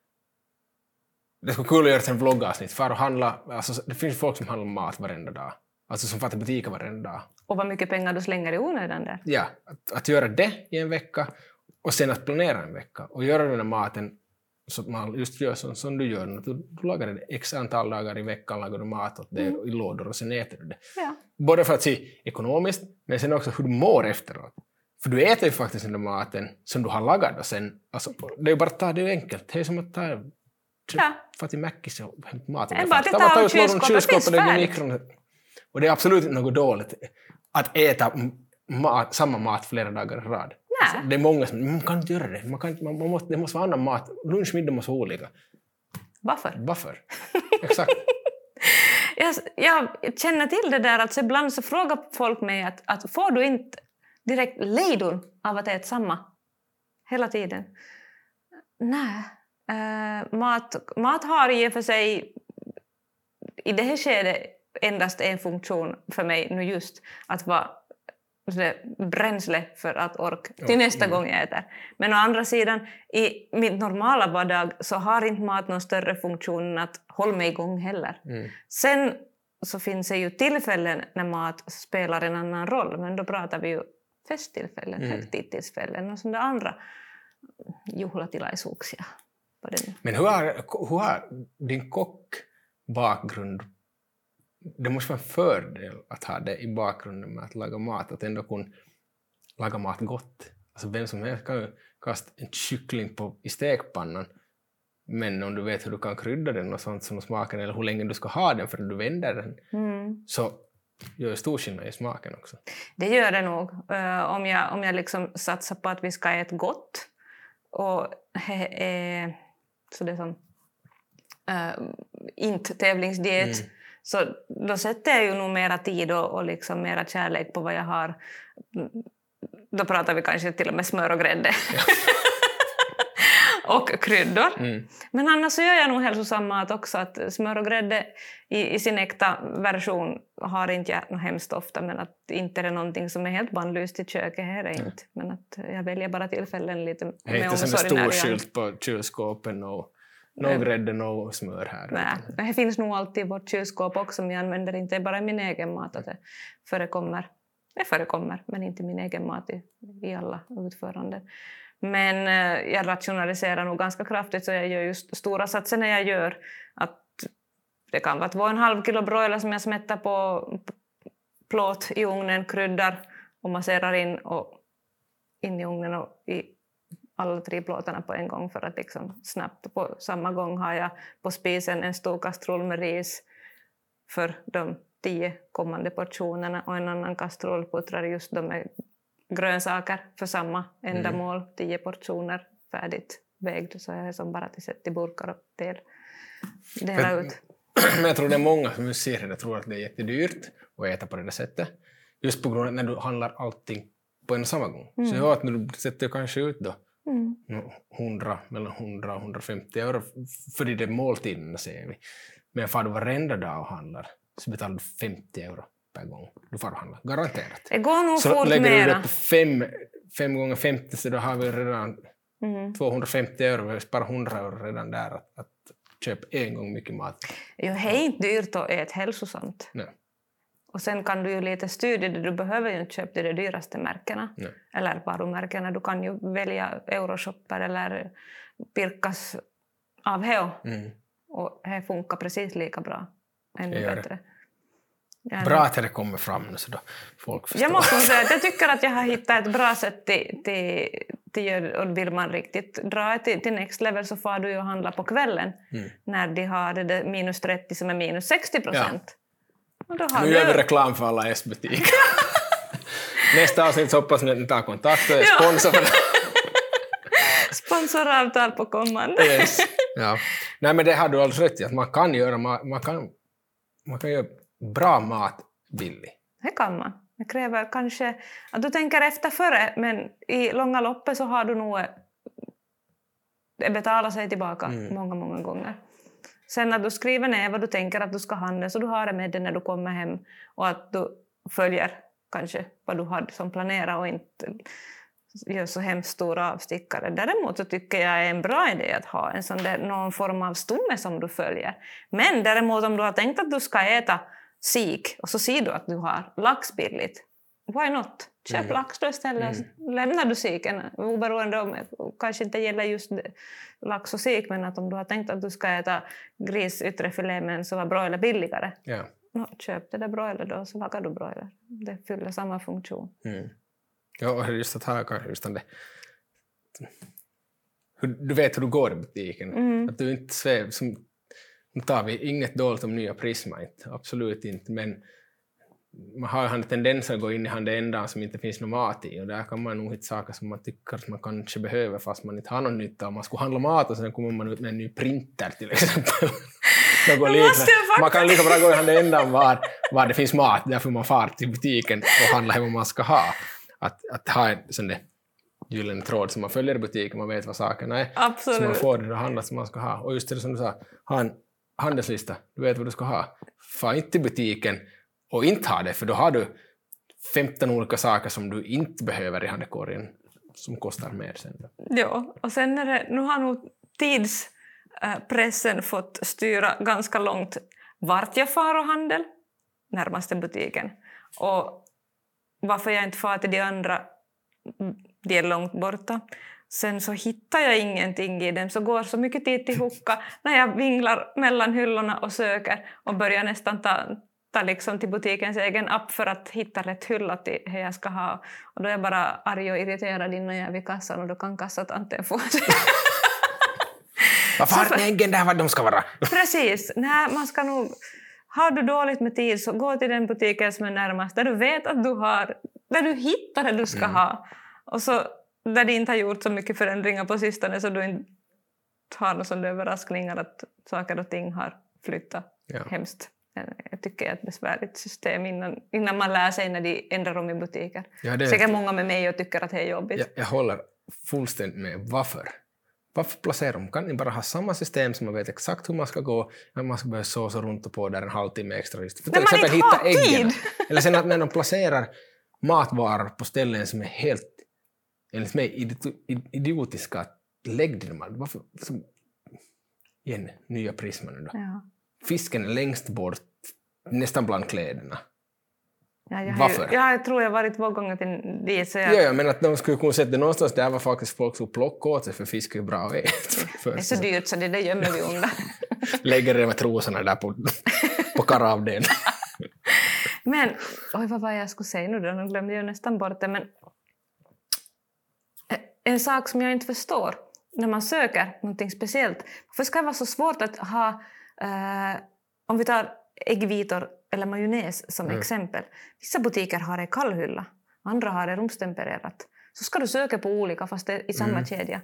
Det skulle kul att göra en vloggavsnitt för att handla. Alltså, det finns folk som handlar mat varenda dag. Alltså som fattar butiker varenda dag. Och vad mycket pengar du slänger i onödan där. Ja, att göra det i en vecka och sen att planera en vecka. Och göra den här maten så att man just gör som du gör. Du lagar det x antal dagar i veckan, lagar du mat åt det i lådor och sen äter du det. Ja. Både för att se ekonomiskt, men sen också hur du mår efteråt. För du äter ju faktiskt den där maten som du har lagat och sen, alltså, det är ju bara att ta det enkelt. Det är som att ta för till Mäckis och hämta maten. Det är bara att ta ut kylskåpet, och det är absolut inte något dåligt att äta samma mat flera dagar i rad. Alltså, det är många som, man kan inte göra det. Det måste vara annan mat. Lunch, middag måste vara olika. Varför? Exakt. Jag känner till det där, alltså ibland så frågar folk mig att får du inte direkt lejdon av att äta samma hela tiden? Nej. Mat har i och för sig i det här skedet endast en funktion för mig nu, just att vara bränsle för att orka till nästa gång jag äter. Men å andra sidan, i mitt normala vardag så har inte mat någon större funktion än att hålla mig igång heller. Sen så finns det ju tillfällen när mat spelar en annan roll, men då pratar vi ju festtillfällen, högtidstillfällen och sådana andra juhlatilaisuuksia. Men hur har din kockbakgrund, det måste vara en fördel att ha det i bakgrunden med att laga mat, att ändå kunna laga mat gott. Alltså vem som helst kan ju kasta en kyckling i stekpannan, men om du vet hur du kan krydda den och sånt som smaken, eller hur länge du ska ha den för att du vänder den, så gör stor skillnad i smaken också. Det gör det nog. Om jag liksom satsar på att vi ska äta gott, och så det är som inte tävlingsdiet, så då sätter jag ju nog mera tid och liksom mera kärlek på vad jag har. Då pratar vi kanske till och med smör och grädde. Ja. Och kryddor. Men annars så gör jag nog hälsosam mat också. Att smör och grädde i sin äkta version har inte jag något hemskt ofta. Men att inte är det någonting som är helt bannlyst i köket här är inte. Men att jag väljer bara tillfällen lite med omsorg. Inte som en stor skylt på kylskåpen och någon grädde, någon smör här. Nej, det finns nog alltid i vårt kylskåp också, men jag använder inte bara min egen mat. Att det förekommer, men inte min egen mat i alla utföranden. Men jag rationaliserar nog ganska kraftigt, så jag gör just stora satser när jag gör. Att det kan vara 2,5 kilo broiler som jag smättar på plåt i ugnen, kryddar och masserar in i ugnen och i alla 3 plåtarna på en gång, för att liksom snabbt på samma gång har jag på spisen en stor kastrull med ris för de 10 kommande portionerna, och en annan kastrull puttrar just de med grönsaker för samma ändamål, 10 portioner färdigt vägd, så jag är som bara till sätt i burkar och dela ut. Men jag tror det är många som ser det, jag tror att det är jättedyrt att äta på det där sättet, just på grund av när du handlar allting på en och samma gång. Så jag att när du sätter kanske ut då mellan 100 och 150 euro för de måltiderna, säger vi. Men far du varenda dag och handlar så betalar du 50 euro per gång du får handla, garanterat. Det går nog så fort lägger mera. Du det på 5 gånger 50, så då har vi redan 250 euro, vi sparar 100 euro redan där att köpa en gång mycket mat. Jo, det är inte dyrt att äta hälsosamt. Nej. Och sen kan du ju lite studera det, du behöver ju inte köpa de dyraste märkena. Nej. Eller varumärkena, du kan ju välja Euroshopper eller Pirkas av Heo. Och det funkar precis lika bra, ännu bättre. Bra att det kommer fram nu så då folk förstår. Jag måste säga att jag tycker att jag har hittat ett bra sätt till och vill man riktigt dra till next level, så får du ju handla på kvällen när de har det minus 30 som är minus 60%. Ja. Nu gör vi reklam för alla S-butiker. Nästa avsnitt så hoppas ni tar kontakt och är sponsor. Sponsoravtal på kommande. Yes. Ja. Nej, men det har du alldeles rätt i, att man kan göra bra mat billig. Det kan man. Det kräver kanske att du tänker efter före, men i långa loppet så har du nog det betalar sig tillbaka många gånger. Sen att du skriver ner vad du tänker att du ska handla, så du har det med dig när du kommer hem, och att du följer kanske vad du hade som planerat och inte gör så hemskt stora avstickare. Däremot så tycker jag är en bra idé att ha en sån där, någon form av stomme som du följer. Men däremot om du har tänkt att du ska äta sik och så ser du att du har lax billigt, why not? Köp lax då istället. Lämnar du siken, oberoende om kanske inte gäller just lax och sik, men att om du har tänkt att du ska äta gris yttrefilé men så var broiler billigare. Ja. Köp det där broiler då, så lagar du broiler. Det fyller samma funktion. Ja, och just att ha kanske just det. Du vet hur du går i butiken. Att du inte svävar. Nu tar vi inget dåligt om nya Prisma, inte. Absolut inte. Men man har ju en tendens att gå in i det enda som inte finns någon mat i. Och där kan man nog hitta saker som man tycker att man kanske behöver fast man inte har någon nytta. Om man skulle handla mat och sen kommer man ut med en ny printer till exempel. Man kan lika bra gå i det enda var det finns mat. Därför man far till butiken och handlar vad man ska ha. Att ha en sån där gyllene tråd som man följer i butiken, man vet vad sakerna är. Absolut. Så man får det att handla som man ska ha. Och just det som du sa, ha en handelslista, du vet vad du ska ha. Far inte till butiken och inte ha det, för då har du 15 olika saker som du inte behöver i handkorgen som kostar mer sen. Ja, och sen nu har nog tidspressen fått styra ganska långt vart jag far och handel, närmaste butiken. Och varför jag inte far till de andra, de är långt borta. Sen så hittar jag ingenting i dem, så går så mycket tid till hocka när jag vinglar mellan hyllorna och söker och börjar nästan ta liksom till butikens egen app för att hitta rätt hylla till det jag ska ha. Och då är jag bara arg och irriterad innan jag är vid kassan, och då kan kassatanten få det. Vad fan är egen där vad de ska vara? Precis. Nej, man ska nog... Har du dåligt med tid så gå till den butiken som är närmast, där du vet att du har, där du hittar det du ska ha. Och så där det inte har gjort så mycket förändringar på sistone, så du inte har någon sån överraskningar att saker och ting har flyttat hemskt. Jag tycker det är ett besvärligt system innan man lär sig när de ändrar om i butiker. Ja, säkert många med mig och tycker att det är jobbigt. Jag håller fullständigt med. Varför placerar de? Kan ni bara ha samma system som man vet exakt hur man ska gå, när man ska börja såsa runt och på där en halvtimme extra. Just för till exempel hitta äggen. Eller sen att när de placerar matvaror på ställen som är helt, enligt mig, idiotiska, lägg dem. Varför? Igen, nya Prisma nu då. Ja. Fisken är längst bort, nästan bland kläderna. Ja, varför? Jag tror jag varit 2 gånger till dit. Ja, men att de skulle kunna sätta det någonstans där var faktiskt folk som plockade åt sig, för fisk är bra att äta. Det är så dyrt så det gömmer vi undan. Lägger det med trosorna där på karavdelen. Men, vad var jag skulle säga nu då? Nu glömde jag nästan bort det. Men en sak som jag inte förstår när man söker någonting speciellt. Varför ska det vara så svårt att ha, om vi tar äggvitor eller majonnäs som exempel. Vissa butiker har det i kallhylla, andra har det rumstempererat. Så ska du söka på olika fast det är i samma kedja.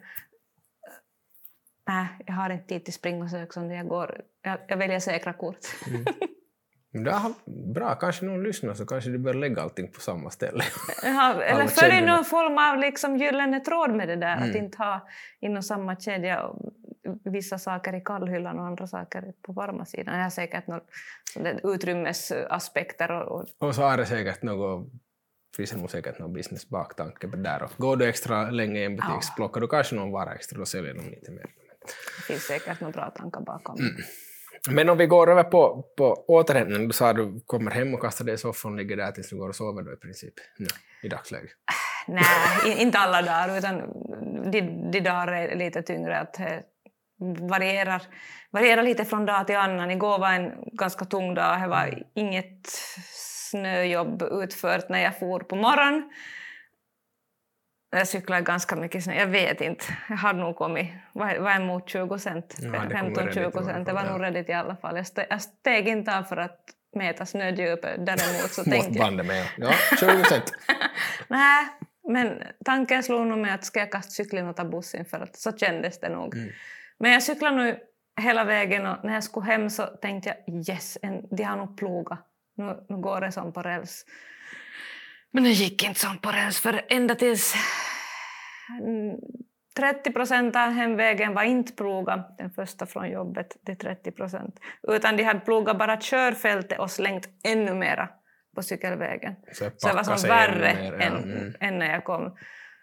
Nej, jag har inte tid till spring och sök som det jag går. Jag väljer säkra kort. Det är bra, kanske någon lyssnar så kanske du bör lägga allting på samma ställe. Ja, eller följ någon form av liksom gyllene tråd med det där. Att inte ha inom samma kedja vissa saker i kallhyllan och andra saker på varma sidan. Jag har säkert några utrymmesaspekter. Och så har det säkert finns det nog säkert någon business baktanke på där. Och går du extra länge i en butik så plockar du kanske någon vara extra och säljer dem lite mer. Det finns säkert några bra tankar bakom. Men om vi går över på återhämtning, du sa att du kommer hem och kastar dig i soffan och ligger där tills du går och sover då i princip i dagsläget. Nej, inte alla dagar, utan de dagar är lite tyngre. Att varierar lite från dag till annan. Igår var en ganska tung dag. Det var inget snöjobb utfört när jag for på morgonen. Jag cyklade ganska mycket snö. Jag vet inte. Jag hade nog kommit emot 20 cent. 15-20 cent. Det var nog redigt i alla fall. Jag steg inte av för att mäta snödjupet. Däremot så tänkte jag... med. Ja, 20 cent. Nej, men tanken slog nog med att ska jag kasta cykeln och ta bussen, för att så kändes det nog. Men jag cyklade nu hela vägen och när jag skulle hem så tänkte jag yes, de har nog plogat. Nu går det som på räls. Men det gick inte sånt på rens för ända tills 30% av hemvägen var inte plogad, den första från jobbet, det 30%. Utan de hade plogat bara körfältet och slängt ännu mera på cykelvägen. Så det var som värre än när jag kom.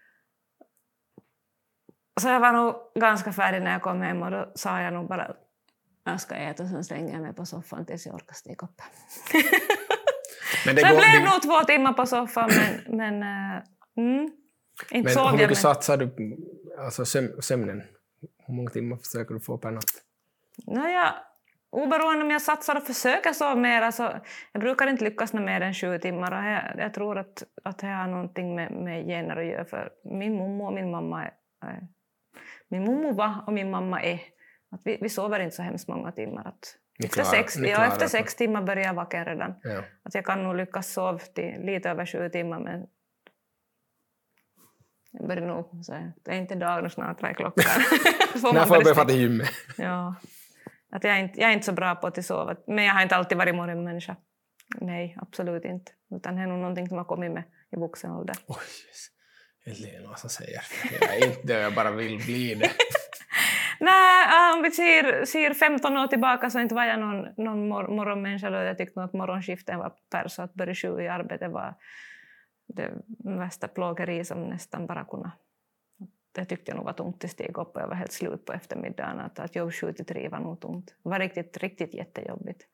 Så jag var nog ganska färdig när jag kom hem och då sa jag nog bara jag ska äta och sen slänger jag mig på soffan tills jag orkar stiga upp. Men det blev nog 2 timmar på soffan men inte men sov hur jag mycket satsar du alltså sömnen? Hur många timmar försöker du få per natt? Oberoende om jag satsar och försöker sova mer, alltså, jag brukar inte lyckas med mer än 7 timmar och jag tror att det har någonting med gener att göra för min mommo och min mamma min mommo var och min mamma är att vi sover inte så hemskt många timmar att efter 6 timmar börjar jag vaken redan. Ja. Att jag kan nog lyckas sova till lite över 7 timmar men jag börjar nog säga det är inte dag och snart 3 klockan. När får jag börja fatta gymmet? Ja. Att jag är inte så bra på att sova. Men jag har inte alltid varit morgonmänniska. Nej, absolut inte. Utan det är nog någonting som har kommit med i vuxen ålder. Oj, det är någon som säger. Jag är inte det, jag bara vill bli det. Nej, om vi ser 15 år tillbaka så inte var jag någon morgonmänniska. Då jag tyckte att morgonskiften var pers. Att börja 7 i arbetet var det värsta plågeri som nästan bara kunde. Det tyckte jag nog var tungt att stiga upp och jag var helt slut på eftermiddagen. Att jobb 7-3 var nog tungt. Det var riktigt jättejobbigt.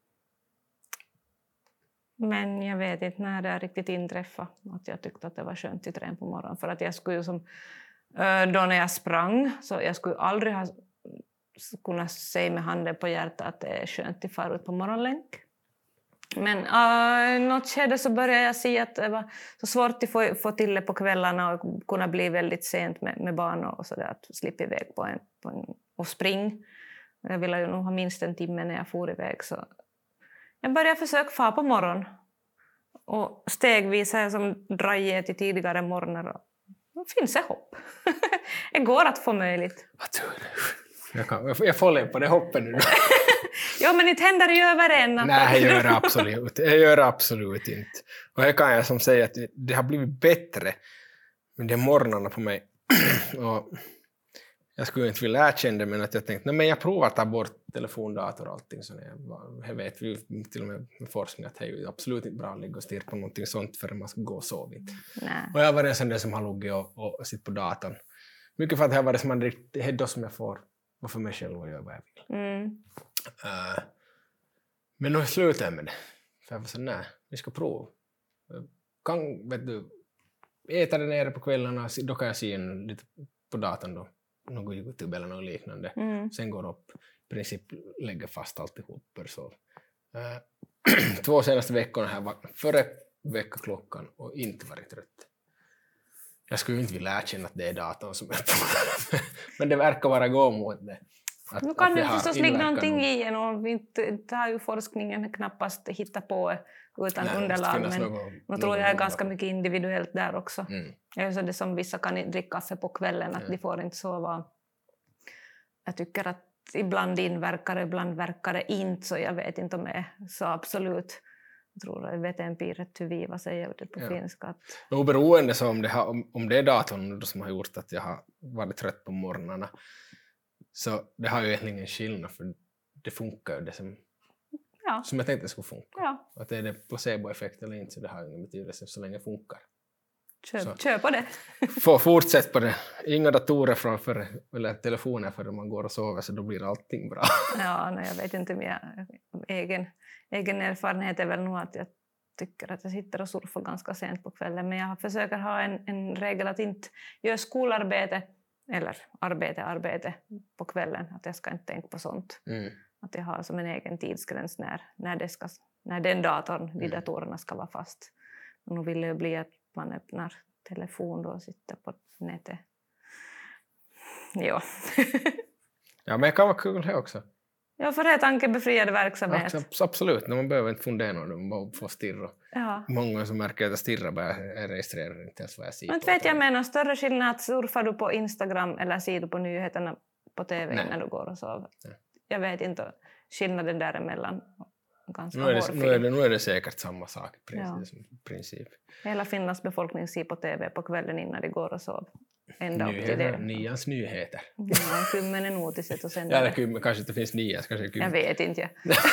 Men jag vet inte när det riktigt inträffade att jag tyckte att det var skönt att träna på morgonen. För att jag skulle ju som då när jag sprang så jag skulle aldrig ha kunnat säga med handen på hjärtat att det är skönt att fara ut på morgonlänk. Men något skede så började jag se att det var så svårt att få till det på kvällarna och kunna bli väldigt sent med barn och så där, att slippa iväg på en och spring. Jag ville ju nog ha minst en timme när jag for iväg så jag började försöka fara på morgon och stegvis här som draje till tidigare morgnar och det finns ett hopp. Det går att få möjligt. Jag får leva på det hoppet nu. Ja, men inte händer det över en. Nej, jag gör det absolut inte. Och här kan jag som säga att det har blivit bättre med de morgnarna på mig. Och jag skulle inte vilja erkänna det, men att jag tänkte, men jag provar att ta bort telefon, dator och allting. Så jag vet vi till och med forskning att det är ju absolut inte bra att ligga och stirra på någonting sånt förrän man ska gå och sova. Och jag var en sån där som har luggit och sitt på datorn. Mycket för att jag var det som det då som jag får och för mig själv och göra vad jag vill. Men nu slutar jag med det. För jag var så nej, vi ska prova. Vet du, äta det nere på kvällarna, då kan jag se lite på datorn då. Något YouTube eller något liknande. Sen går upp, i princip lägger fast alltihop och så. 2 senaste veckorna här var före veckoklockan och inte varit trött. Jag skulle inte vilja erkänna att det är datorn som är på. Men det verkar vara gå mot det. Nu kan det förstås ligga någonting i en och inte har ju forskningen knappast hittat på utan underlag. Men nu tror jag är ganska mycket individuellt där också. Så det som vissa kan dricka kaffe på kvällen att de får inte sova. Jag tycker att ibland inverkar det, ibland verkar det inte så jag vet inte om det är så absolut. Jag tror att vetenpiret vad säger det på finska. Oberoende så om det är datorn som har gjort att jag har varit trött på morgnarna. Så det har ju egentligen ingen skillnad för det funkar ju det som jag tänkte skulle funka. Ja. Att är det placeboeffekt eller inte så det har ingen betydelse så länge det funkar. Kör på det. Fortsätt på det. Inga datorer framför eller telefoner förrän man går och sover så då blir allting bra. Ja, jag vet inte om jag egen erfarenhet är väl nog att jag tycker att jag sitter och surfar ganska sent på kvällen men jag försöker ha en regel att inte göra skolarbete eller arbete på kvällen. Att jag ska inte tänka på sånt. Att jag har som en egen tidsgräns när den datorn, de datorerna ska vara fast. Och nu vill det bli att man öppnar telefon och sitter på nätet. Ja. Ja, men det kan vara kul här också. Ja, för det är tankebefriade verksamhet. Ja, absolut, man behöver inte fundera när man bara får stirra. Ja. Många som märker att jag stirrar bara jag registrerar inte ens vad jag ser. Men vet jag menar, större skillnad att surfar du på Instagram eller ser du på nyheterna på TV när du går och sover. Nej. Jag vet inte skillnaden däremellan. ganska Nu hårfin. är det säkert samma sak i princip. Hela Finlands befolkning ser på TV på kvällen innan de går och sov. Ända upp till det. Nians nyheter. Ja, kymmenen uutiset och sen... Eller kanske inte finns nians, kanske Jag vet inte.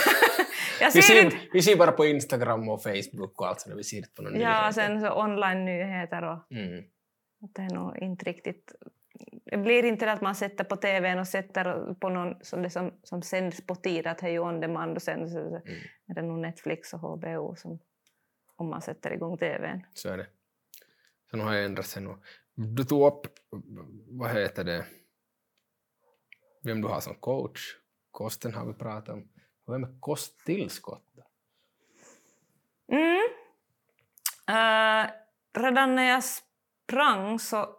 Vi ser bara på Instagram och Facebook och allt sådär. Vi ser inte på några nyheter. Ja, sen så online-nyheter och det är nog inte riktigt... Det blir inte det att man sätter på TV:n och sätter på någon som sänds på tid, att det är ju on demand och sen så är det nog Netflix och HBO som om man sätter igång TV:n. Så är det. Så nu har jag ändrat sig nu. Du tog upp, vad heter det, vem du har som coach. Kosten har vi pratat om. Vad är med kosttillskott då? Redan när jag sprang så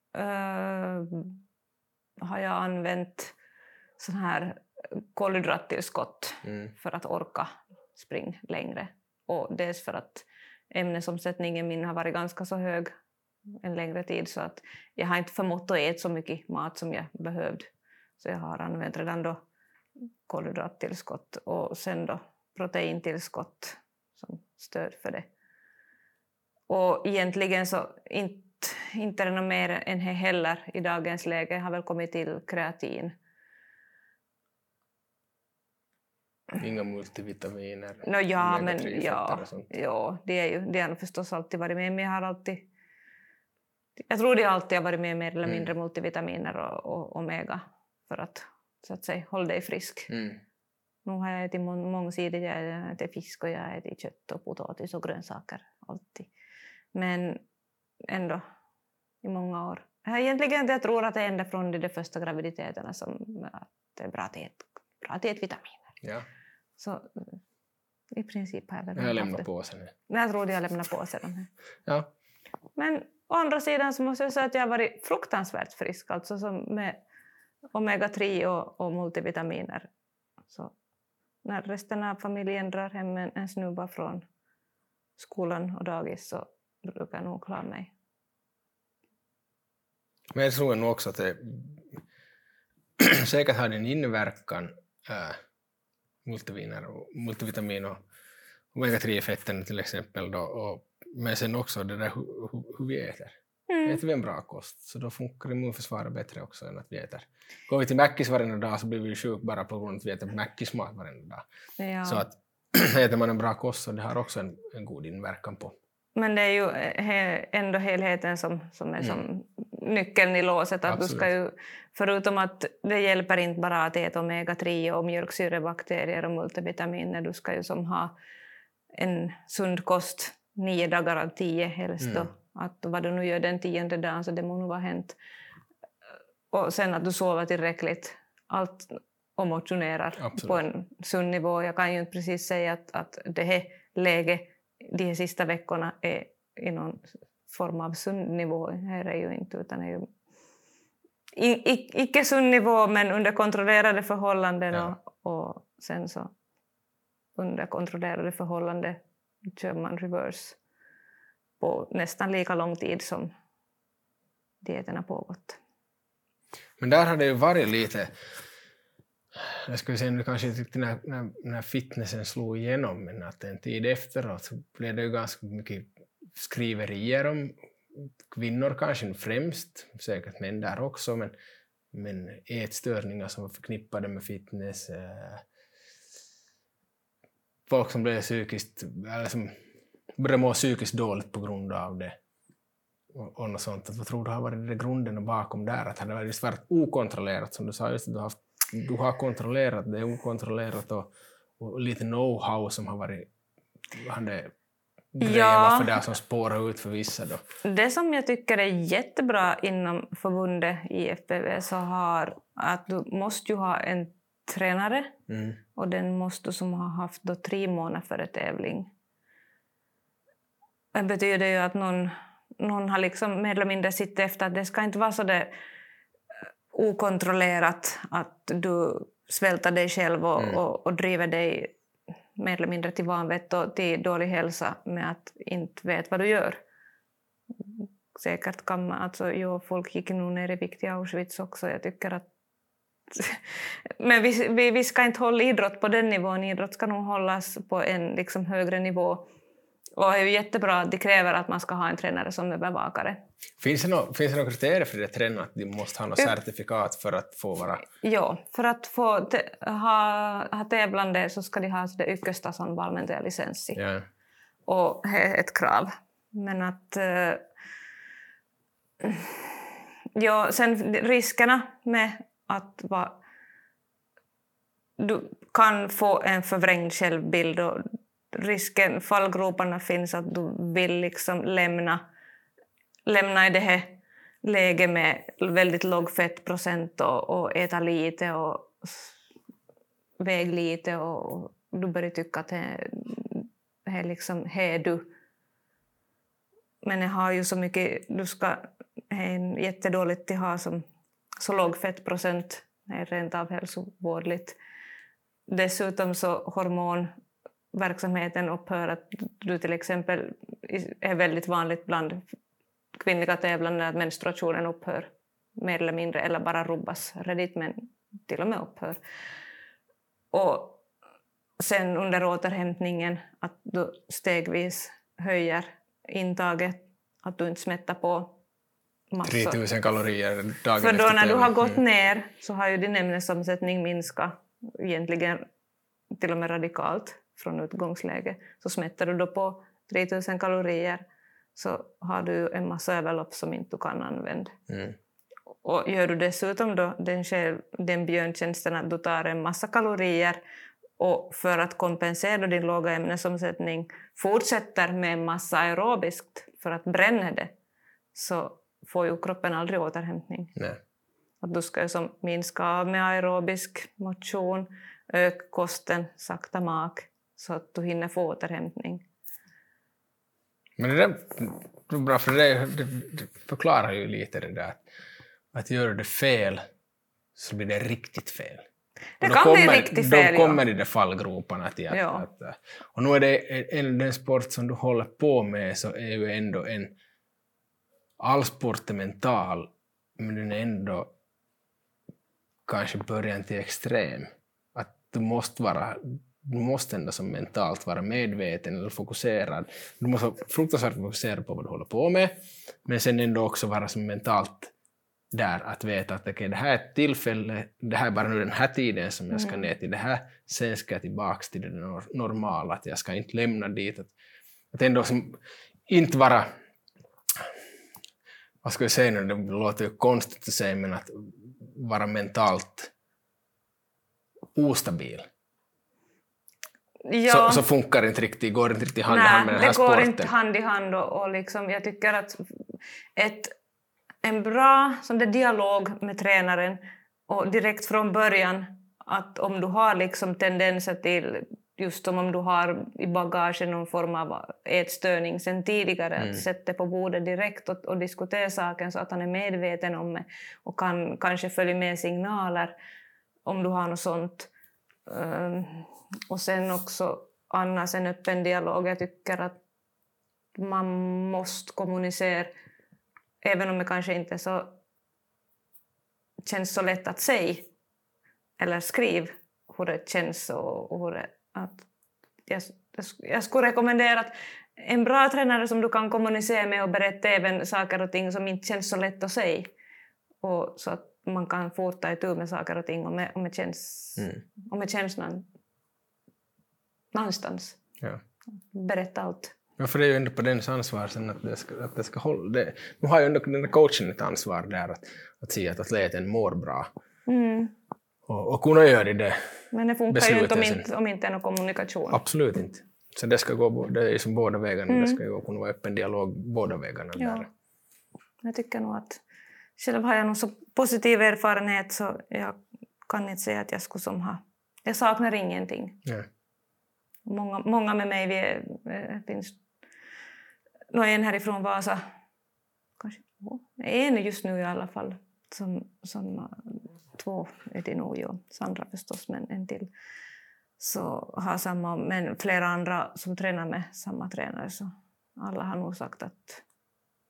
har jag använt sån här kolhydrattillskott för att orka springa längre. Och dels för att ämnesomsättningen min har varit ganska så hög en längre tid så att jag har inte förmått att äta så mycket mat som jag behövde. Så jag har använt redan då kolhydrattillskott och sen då proteintillskott som stöd för det. Och egentligen så inte är det något mer än det heller i dagens läge. Har väl kommit till kreatin. Inga multivitaminer. Ja, men det har förstås alltid varit med. Men jag tror det alltid har varit med mer eller mindre multivitaminer och omega för att så att säga hålla dig frisk. Nu har jag ätit mångsidigt. Jag äter fisk och jag äter kött och potatis och grönsaker alltid. Men ändå i många år. Jag tror att det är ända från de första graviditeterna som att det är bra att äta vitaminer. Ja. Så i princip har jag väl... Jag lämnar på sig nu. Jag tror jag lämnar på sig de här. Ja. Men å andra sidan så måste jag säga att jag har varit fruktansvärt frisk. Alltså som med omega-3 och multivitaminer. Så när resten av familjen drar hem en snubba från skolan och dagis så brukar jag nog klara mig. Men jag tror nog också att det säkert har en inverkan multivitamin och omega-3-fetten till exempel då, men sen också det där hur vi äter. Äter vi en bra kost så då funkar immunförsvaret bättre också än att vi äter. Går vi till Mäckis varje dag så blir vi sjuka bara på grund av att vi äter Mäckis mat varje dag. Ja. Så att äter man en bra kost så det har också en god inverkan på. Men det är ju ändå helheten som är som nyckeln i låset. Att du ska ju, förutom att det hjälper inte bara att äta omega-3 och mjölksyrebakterier och multivitaminer. Du ska ju som ha en sund kost 9 dagar av 10 helst då. Att vad du nu gör den 10:e dagen så det må nog vara hänt. Och sen att du sover tillräckligt. Allt och motionerar på en sund nivå. Jag kan ju inte precis säga att det här läget de här sista veckorna är i någon form av sund nivå. Här är ju inte, utan är ju icke sund nivå men under kontrollerade förhållanden och sen så under kontrollerade förhållanden kör man reverse på nästan lika lång tid som dieten har pågått. Men där har det ju varit lite, jag skulle säga nu kanske inte riktigt när fitnessen slog igenom, men att en tid efteråt så blev det ju ganska mycket skriverier om kvinnor kanske främst, säkert män där också, men ätstörningar som var förknippade med fitness, folk som blev psykiskt, eller som började må psykiskt dåligt på grund av det och något sånt. Vad tror du har varit det grunden och bakom där? Att det har varit okontrollerat, som du sa, just att du har kontrollerat det okontrollerat och lite know-how som har varit varför det är som spårar ut för vissa då. Det som jag tycker är jättebra inom förbundet IFBB så har att du måste ju ha en tränare och den måste som ha haft då 3 månader före tävling. Det betyder ju att någon har liksom mer eller mindre sitt efter att det ska inte vara så där okontrollerat att du svälter dig själv och driver dig mer eller mindre till vanvett och till dålig hälsa med att inte vet vad du gör. Säkert kan man, folk gick nog ner i vikt i Auschwitz också. Jag tycker att Men vi ska inte hålla idrott på den nivån. Idrott ska nog hållas på en liksom högre nivå. Och det är ju jättebra att de kräver att man ska ha en tränare som övervakare. Finns det några kriterier för det tränare att de måste ha något certifikat för att få vara? Ja, för att få ha tävlande så ska de ha det yttersta som valmental licens. Ja. Och det är ett krav. Men att... ja, sen riskerna med att du kan få en förvrängd självbild och fallgroparna finns att du vill liksom lämna i det här läget med väldigt låg fettprocent och äta lite och väga lite och du börjar tycka att det är liksom du. Men jag har ju så mycket, det är jättedåligt att ha så låg fettprocent, det är rent av hälsovårdligt. Dessutom så hormonverksamheten upphör, att du till exempel är väldigt vanligt bland kvinnliga tävlande att menstruationen upphör mer eller mindre eller bara rubbas redigt, men till och med upphör. Och sen under återhämtningen att du stegvis höjer intaget, att du inte smättar på massor. 3000 kalorier dagen för då efter när du har tävling. gått ner så har ju din ämnesomsättning minskat egentligen till och med radikalt från utgångsläge. Så smättar du då på 3000 kalorier så har du en massa överlopp som inte du kan använda. Och gör du dessutom då den björntjänsten att du tar en massa kalorier och för att kompensera din låga ämnesomsättning fortsätter med en massa aerobiskt för att bränna det, så får ju kroppen aldrig återhämtning. Nej. Att du ska ju minska av med aerobisk motion, öka kosten, sakta mak, så att du hinner få återhämtning. Men det där är bra, för det förklarar ju lite det där. Att gör det fel så blir det riktigt fel. Det kan bli riktigt fel, Då kommer de där fallgroparna till och nu är det den sport som du håller på med, så är ju ändå all sport är mental, men den är ändå kanske början till extrem. Att du måste ändå som mentalt vara medveten eller fokuserad. Du måste vara fruktansvärt fokuserad på vad du håller på med, men sen ändå också vara som mentalt där att veta att det här är ett tillfälle, det här är bara nu den här tiden som jag ska ner till det här, sen ska jag tillbaka till det normala, att jag ska inte lämna dit. Att ändå som inte vara, vad ska jag säga nu, det låter ju konstigt att säga, men att vara mentalt ostabil. Ja. Så funkar inte riktigt, går inte riktigt hand i hand med den här sporten. Nej, det går inte hand i hand och liksom, jag tycker att en bra dialog med tränaren och direkt från början, att om du har liksom tendenser till, just som om du har i bagagen någon form av ätstörning sen tidigare, att sätta på bordet direkt och diskutera saken så att han är medveten om det och kan kanske följa med signaler om du har något sånt. Och sen också annars en öppen dialog. Jag tycker att man måste kommunicera, även om det kanske inte känns så lätt att säga eller skriva hur det känns och hur det, att jag skulle rekommendera att en bra tränare som du kan kommunicera med och berätta även saker och ting som inte känns så lätt att säga, och så att man kan forta itu med saker och ting om det känns någonstans. Ja. Berätta allt. Ja, för det är ju ändå på dens ansvar sen att det ska hålla. Nu har ju ändå den där coachen ett ansvar där att se att atleten mår bra. Och kunna göra det. Men det funkar ju inte om inte är någon kommunikation. Absolut inte. Så det ska gå, det är som båda vägarna, det ska ju kunna vara öppen dialog båda vägarna. Ja. Där. Jag tycker nog att själv har jag nog så positiv erfarenhet så jag kan inte säga att jag skulle jag saknar ingenting. Ja. Många med mig, finns en härifrån Vasa, kanske en just nu i alla fall, som 2 är det nog, ja. Sandra förstås, men en till. Så har samma, men flera andra som tränar med samma tränare, så alla har nog sagt att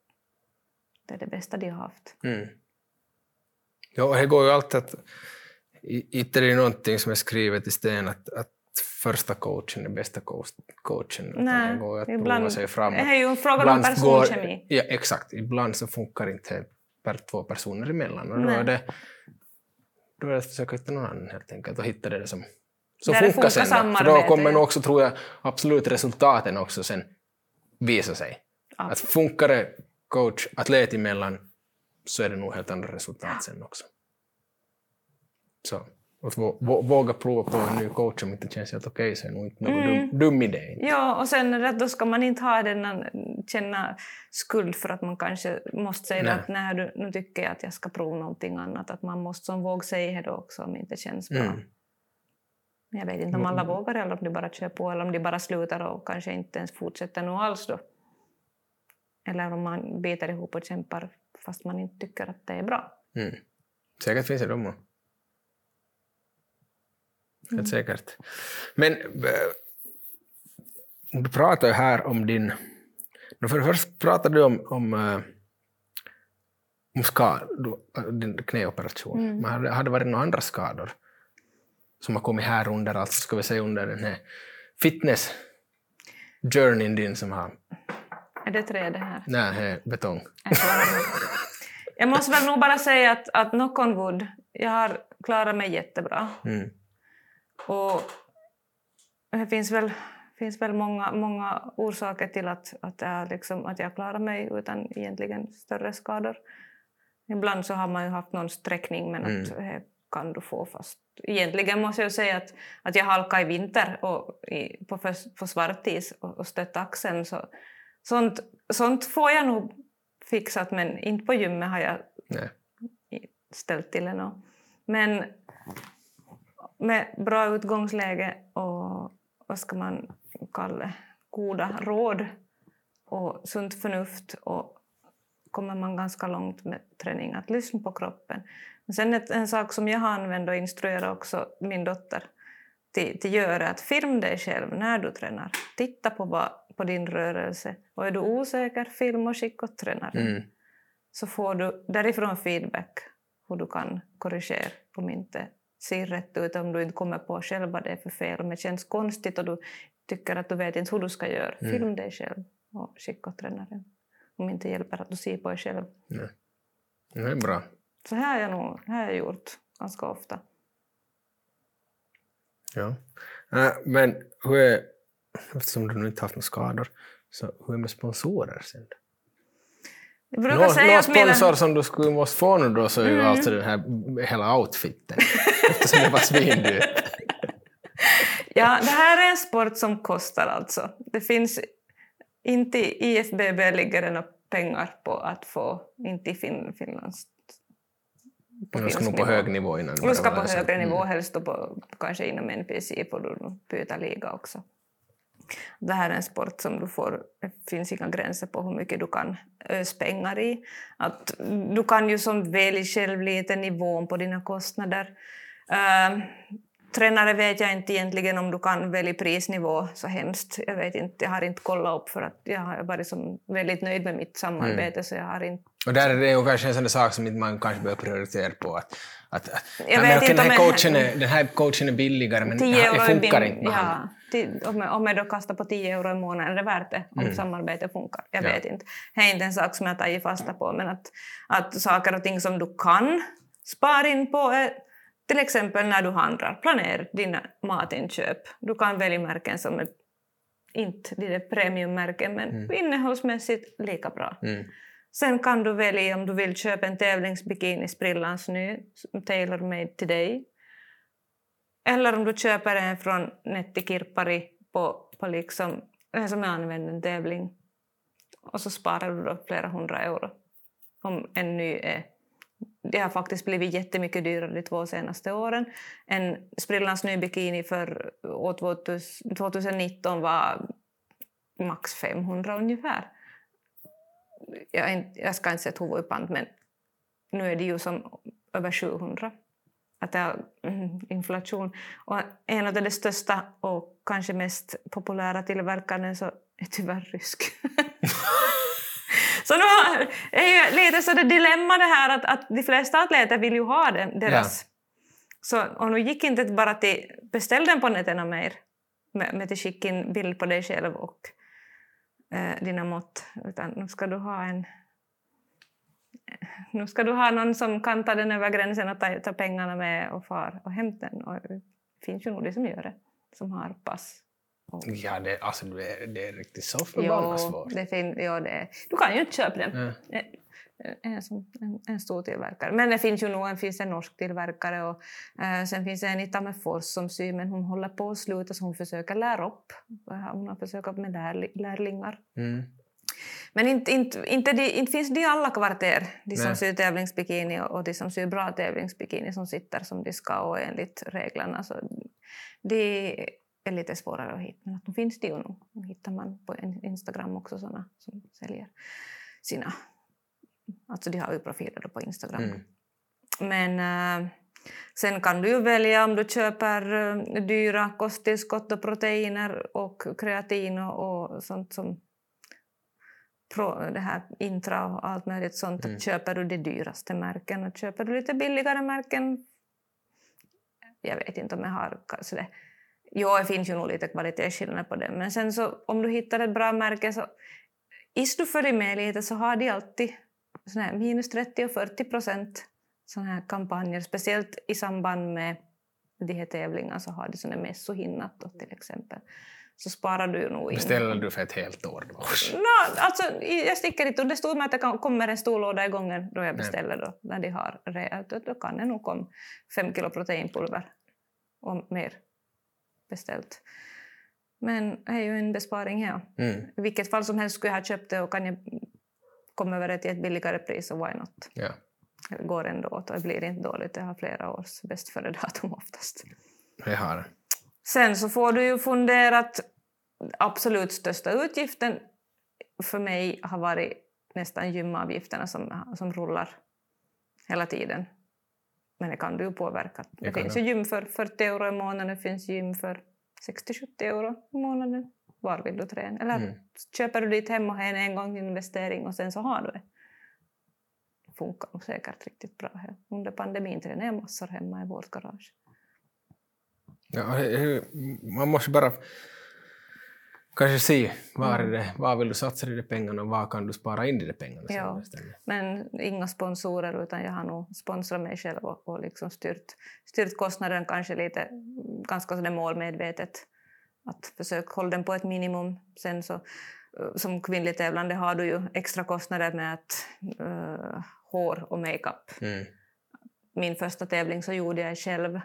det är det bästa de har haft. Ja, och det går ju alltid att Inte det är någonting som är skrivet i sten att första coachen är bästa coachen. Nej, det går att ibland prova sig fram. det är ju en fråga om personkemi. Ja, exakt. Ibland så funkar inte två personer emellan. Och då är det att försöka hitta någon annan helt enkelt och hitta det som funkar sen. Då. För då kommer nog också, tror jag, absolut resultaten också sen visa sig. Ja. Att funkar det coach-atlet emellan så är det nog helt andra resultat sen också. Så att våga prova på en ny coach om inte känns helt okej så är nog inte någon dum idé. Ja, och sen då ska man inte ha känna skuld för att man kanske måste säga att nu tycker jag att jag ska prova någonting annat. Att man måste våga säga det också om det inte känns bra. Men jag vet inte om alla vågar eller om de bara kör på eller om de bara slutar och kanske inte ens fortsätter nog alls då. Eller om man biter ihop och kämpar fast man inte tycker att det är bra. Säkert finns det dem. Helt säkert. Men du pratar ju här om din... För först pratade du om din knäoperation. Men hade varit några andra skador som har kommit här under, alltså ska vi säga under den här fitness-journeyn din som har... Är det träd här? Nej, det är betong. Jag måste väl nog bara säga att knock on wood, jag har klarat mig jättebra. Och det finns väl många orsaker till att jag klarar mig utan egentligen större skador. Ibland så har man ju haft någon sträckning men att det kan du få fast. Egentligen måste jag säga att jag halkade i vinter på svartis och stött axeln. Så sånt får jag nog fixat men inte på gymmet har jag ställt till det. Men med bra utgångsläge och vad ska man kalla goda råd och sunt förnuft och kommer man ganska långt med träning att lyssna på kroppen. Men sen en sak som jag har använt och instruerar också min dotter till gör är att film dig själv när du tränar. Titta på din rörelse och är du osäker, film och skicka åt tränaren. Så får du därifrån feedback hur du kan korrigera om inte ser rätt ut, om du inte kommer på själv vad det är för fel. Om det känns konstigt och du tycker att du vet inte hur du ska göra. Film dig själv och skicka åt tränaren. Om inte hjälper att du ser på dig själv. Nej. Det är bra. Så här har jag gjort ganska ofta. Ja. Men hur är, eftersom du nu inte haft några skador, så hur är med sponsorer sen? Någon sponsor som du skulle måste få nu då så är ju alltså den här hela outfiten. Eftersom det var svindyrt. Ja, det här är en sport som kostar alltså. Det finns inte i IFBB ligger det några pengar på att få, inte i Finlands. Du ska nog på hög nivå innan. Du ska på högre nivå, helst på kanske inom NPC får du byta liga också. Det här är en sport som det finns inga gränser på hur mycket du kan ösa pengar i. Att du kan ju som välja själv lite nivån på dina kostnader. Tränare vet jag inte egentligen om du kan välja prisnivå så hemskt. Jag vet inte, jag har inte kollat upp för att jag har varit som väldigt nöjd med mitt samarbete så jag har inte... Och där är det ju kanske en sån sak som man kanske bör prioritera på att den här coachen är billigare men det funkar inte med honom. Om jag då kastar på 10 euro i månaden är det värt det om samarbetet funkar. Jag vet inte. Det är inte en sak som jag tar fasta på men att saker och ting som du kan spara in på är till exempel när du handlar, planera dina matinköp. Du kan välja märken som är inte de premiummärken men innehållsmässigt lika bra. Sen kan du välja om du vill köpa en tävlingsbikini sprillans ny, tailor-made till dig. Eller om du köper en från Nettikirppari på liksom, som jag använder en tävling. Och så sparar du då flera 100 euro om en ny är. Det har faktiskt blivit jättemycket dyrare de 2 senaste åren. En sprillans ny bikini för 2019 var max 500 ungefär. Jag ska inte sätta huvudet i pant, men nu är det ju som över 700. Att det är inflation. Och en av de största och kanske mest populära tillverkarna så är tyvärr rysk. Så nu är ju lite så det dilemma det här att de flesta atleter vill ju ha deras Så om du gick inte bara till beställ den på nätterna mer med att skicka in bild på dig själv och dina mått, utan nu ska du ha någon som kan ta den över gränsen och ta pengarna med och far och hämta den. Och det finns ju nog de som gör det, som har pass. Ja, det är riktigt så förbannat svårt. Du kan ju inte köpa den. En stor tillverkare. Men det finns ju nog finns en norsk tillverkare och sen finns det en i Tammerfors som syr, men hon håller på att sluta så hon försöker lära upp. Hon har försökt med lärlingar. Men inte finns det i alla kvarter, de som syr tävlingsbikini och de som syr bra tävlingsbikini som sitter som de ska och enligt reglerna. Så det är lite svårare att hitta, men att de finns det ju nog. Då hittar man på Instagram också sådana som säljer sina. Alltså de har ju profiler på Instagram. Men sen kan du ju välja om du köper dyra kosttillskott och proteiner och kreatin och sånt som det här Intra och allt möjligt sånt. Köper du de dyraste märken och köper du lite billigare märken, jag vet inte om jag har sådär. Jo, det finns ju nog lite kvalitetsskillnader på det. Men sen så om du hittar ett bra märke så is du följer med lite så har de alltid såna här minus 30 och 40% såna här kampanjer. Speciellt i samband med de här tävlingarna så har de såna mässohinnat då, till exempel. Så sparar du ju nog in. Beställer du för ett helt år då? Alltså jag sticker inte. Det stod med att det kommer en stor låda i gången då jag beställer då. När de har reat. Då kan det nog komma 5 kilo proteinpulver och mer beställt. Men det är ju en besparing här. I vilket fall som helst skulle jag ha köpt det och kan jag komma över det till ett billigare pris och why not? Ja. Det går ändå och det blir inte dåligt. Jag har flera års bäst före datum oftast. Jag har det. Sen så får du ju fundera att absolut största utgiften för mig har varit nästan gymavgifterna som rullar hela tiden. Men det kan du ju påverka. Det finns ju gym för 40 euro i månaden, det finns gym för 60-70 euro i månaden. Var vill du träna? Eller köper du ditt hem och har en gång investering och sen så har du det. Det funkar nog säkert riktigt bra här. Under pandemin tränade jag massor hemma i vårt garage. Ja, man måste bara kanske se var vill du satsa de pengarna och var kan du spara in de pengarna. Ja, men inga sponsorer utan jag har nog sponsrat mig själv och liksom styrt kostnaden kanske lite ganska sådär målmedvetet. Att försöka hålla den på ett minimum. Sen så som kvinnlig tävlande har du ju extra kostnader med att hår och makeup. Min första tävling så gjorde jag själv.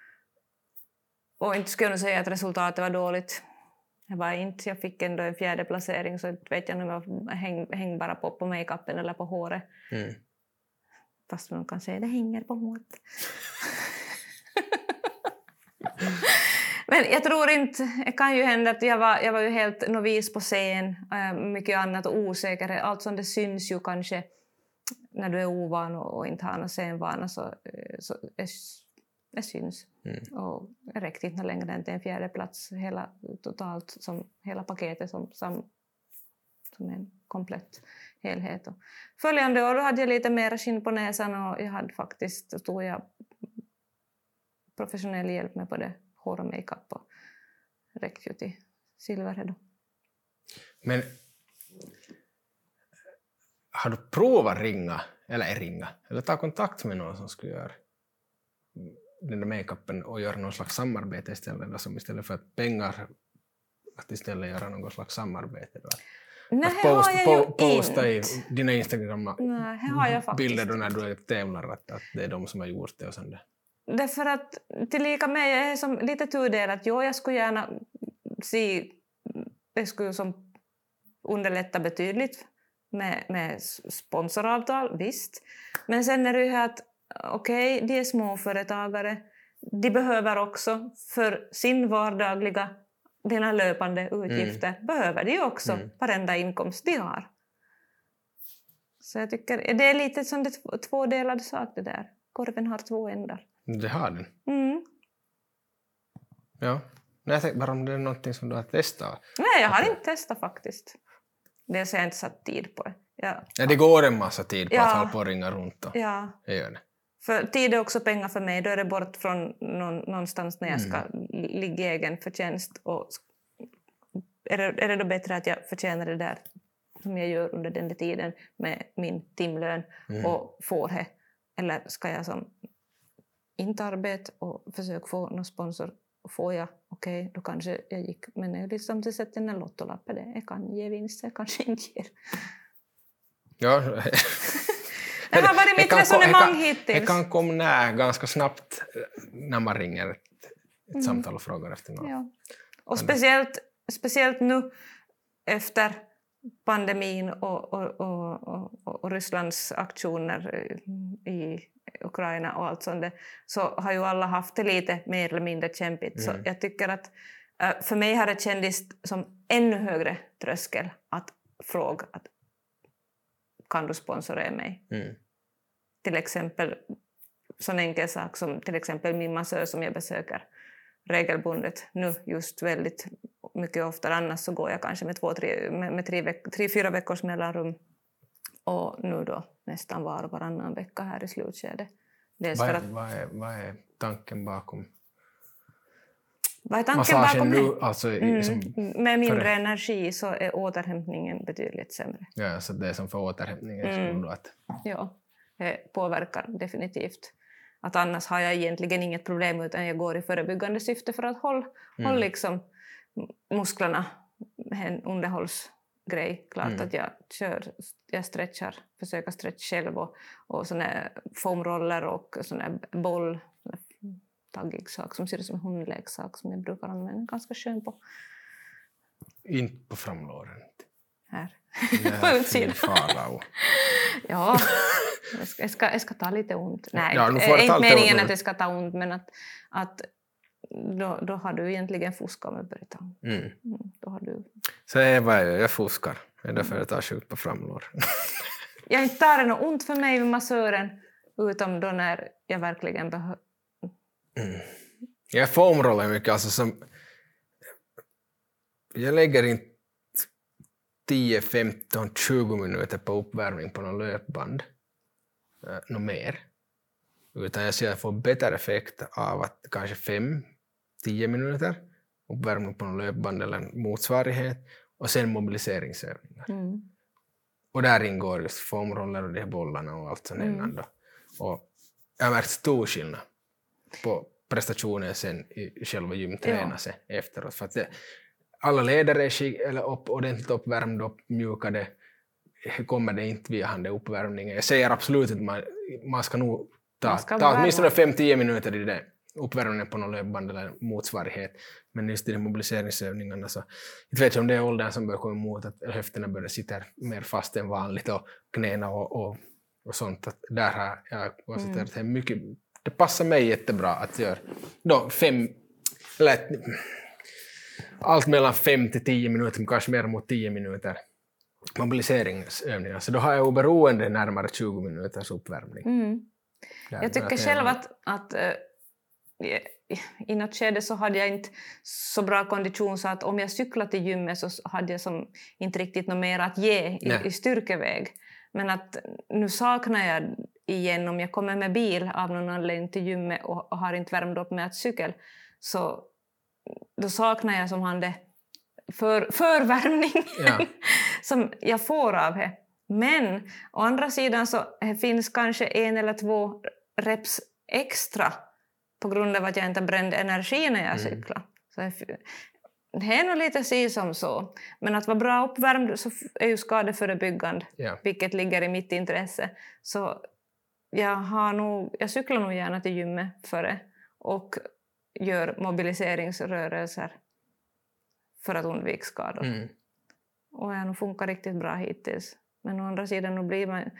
Och inte skulle jag säga att resultatet var dåligt. Jag fick ändå en 4:e placering så vet jag nu om jag häng bara på makeupen eller på håret. Fast man kan säga att det hänger på håret. Men jag tror inte, det kan ju hända att jag var ju helt novis på scen, mycket annat och osäker. Allt som det syns ju kanske när du är ovan och inte har någon scenvana så det syns. Och det räckte inte längre än till en 4:e plats totalt som hela paketet som en komplett helhet. Och följande år hade jag lite mer skinn på näsan och jag hade faktiskt tog jag professionell hjälp med på det. Hår och makeup och räckte ju till silver då. Men har du provat ringa eller ta kontakt med någon som skulle göra den där makeupen och göra någon slags samarbete istället, som istället för att pengar att istället göra något slags samarbete då? Nej, att posta i dina Instagram-bilder då när du tävlar att det är de som har gjort det och sånt där. Därför att tillika med jag är som lite tudelat. Jo, jag skulle gärna se det skulle som underlätta betydligt med sponsoravtal, visst. Men sen är det ju här att okej, de är småföretagare. De behöver också för sin vardagliga, dina löpande utgifter, behöver de också varenda inkomst de har. Så jag tycker, det är lite som det tvådelade sak det där. Korven har 2 ändar. Det har den. Ja. Jag tänkte bara om det är någonting som du har testat. Nej, jag har inte testat faktiskt. Dels har jag inte satt tid på det. Ja, det går en massa tid på att hålla på och ringa runt. Och ja. Jag gör det. För tid är också pengar för mig. Då är det bort från någonstans när jag ska ligga i egen förtjänst. Och är det då bättre att jag förtjänar det där som jag gör under den tiden med min timlön och får det? Eller ska jag som inte arbeta och försöka få någon sponsor? Får jag, okej, då kanske jag gick. Men det är liksom till sätt en lottolapp det. Jag kan ge vinst, jag kanske inte ger. Ja. Det har varit mitt resonemang hittills. Det kan komma nära ganska snabbt när man ringer ett samtal och frågar efter något. Ja. Och speciellt nu efter pandemin och Rysslands aktioner i Ukraina och allt sånt, så har ju alla haft det lite mer eller mindre kämpigt. Så jag tycker att för mig har det känts som ännu högre tröskel att fråga att kan du sponsorera mig? Till exempel sån enkel sak som till exempel min massör som jag besöker regelbundet nu just väldigt mycket oftare. Annars så går jag kanske med 3-4 veckors mellanrum och nu då nästan varannan vecka här i slutskedet. Vad är tanken bakom? Vad är tanken massagen bakom nu? Alltså, med mindre energi så är återhämtningen betydligt sämre. Ja, så det är som för återhämtningen. Ja, det påverkar definitivt. Att annars har jag egentligen inget problem utan jag går i förebyggande syfte för att hålla liksom musklerna en underhållsgrej. Klart att jag stretchar, försöker stretcha själv och såna foamroller och såna boll, taggig sak som ser ut som en hundleksak som jag brukar använda ganska skön på. Inte på framlåren. Här. På utsidan. Ja, jag ska ta lite ont. Nej, ja, det är inte meningen att jag ska ta ont, men att då har du egentligen fuskat med början. Då har du... Så jag fuskar. Det är därför jag tar sjukt på framlår. Jag inte tar det något ont för mig med massören, utom då när jag verkligen behöver. Jag foamrollar mycket. Alltså som, jag lägger inte 10, 15, 20 minuter på uppvärmning på någon löpband. Något mer. Utan jag ser att jag får bättre effekt av att kanske 5-10 minuter uppvärmning på någon löpband eller motsvarighet och sen mobiliseringsövningar. Och där ingår just foamroller och de här bollarna och allt sånt innan då. Och jag har märkt stor skillnad på prestationen sen i själva gymträna sig efteråt. För att alla leder är ordentligt uppvärmda och mjukade. Kommer det inte via den uppvärmningen. Jag säger absolut att man ska nog ta åtminstone 5-10 minuter i det uppvärmningen på någon löpband eller motsvarighet. Men just i de mobiliseringsövningarna så jag vet inte om det är åldern som börjar komma emot att höfterna börjar sitta mer fast än vanligt och knäna och sånt. Att där har jag konstaterat att det är mycket, det passar mig jättebra att göra då allt mellan 5-10 minuter, men kanske mer mot 10 minuter mobiliseringsövningar. Så då har jag oberoende närmare 20 minuters uppvärmning. Jag tycker själv att i något skede så hade jag inte så bra kondition så att om jag cyklade till gymmet så hade jag inte riktigt något mer att ge i styrkeväg. Men att nu saknar jag igen om jag kommer med bil av någon anledning till gymmet och har inte värmt upp med att cykel, så då saknar jag som han det förvärmning som jag får av det. Men å andra sidan så finns kanske 1 eller 2 reps extra på grund av att jag inte brände energi när jag cyklar. Så det är nog lite si som så. Men att vara bra uppvärmd så är ju skadeförebyggande, vilket ligger i mitt intresse. Så jag cyklar nog gärna till gymmet före och gör mobiliseringsrörelser för att undvika skador. Och det har nog funkat riktigt bra hittills. Men å andra sidan nu blir man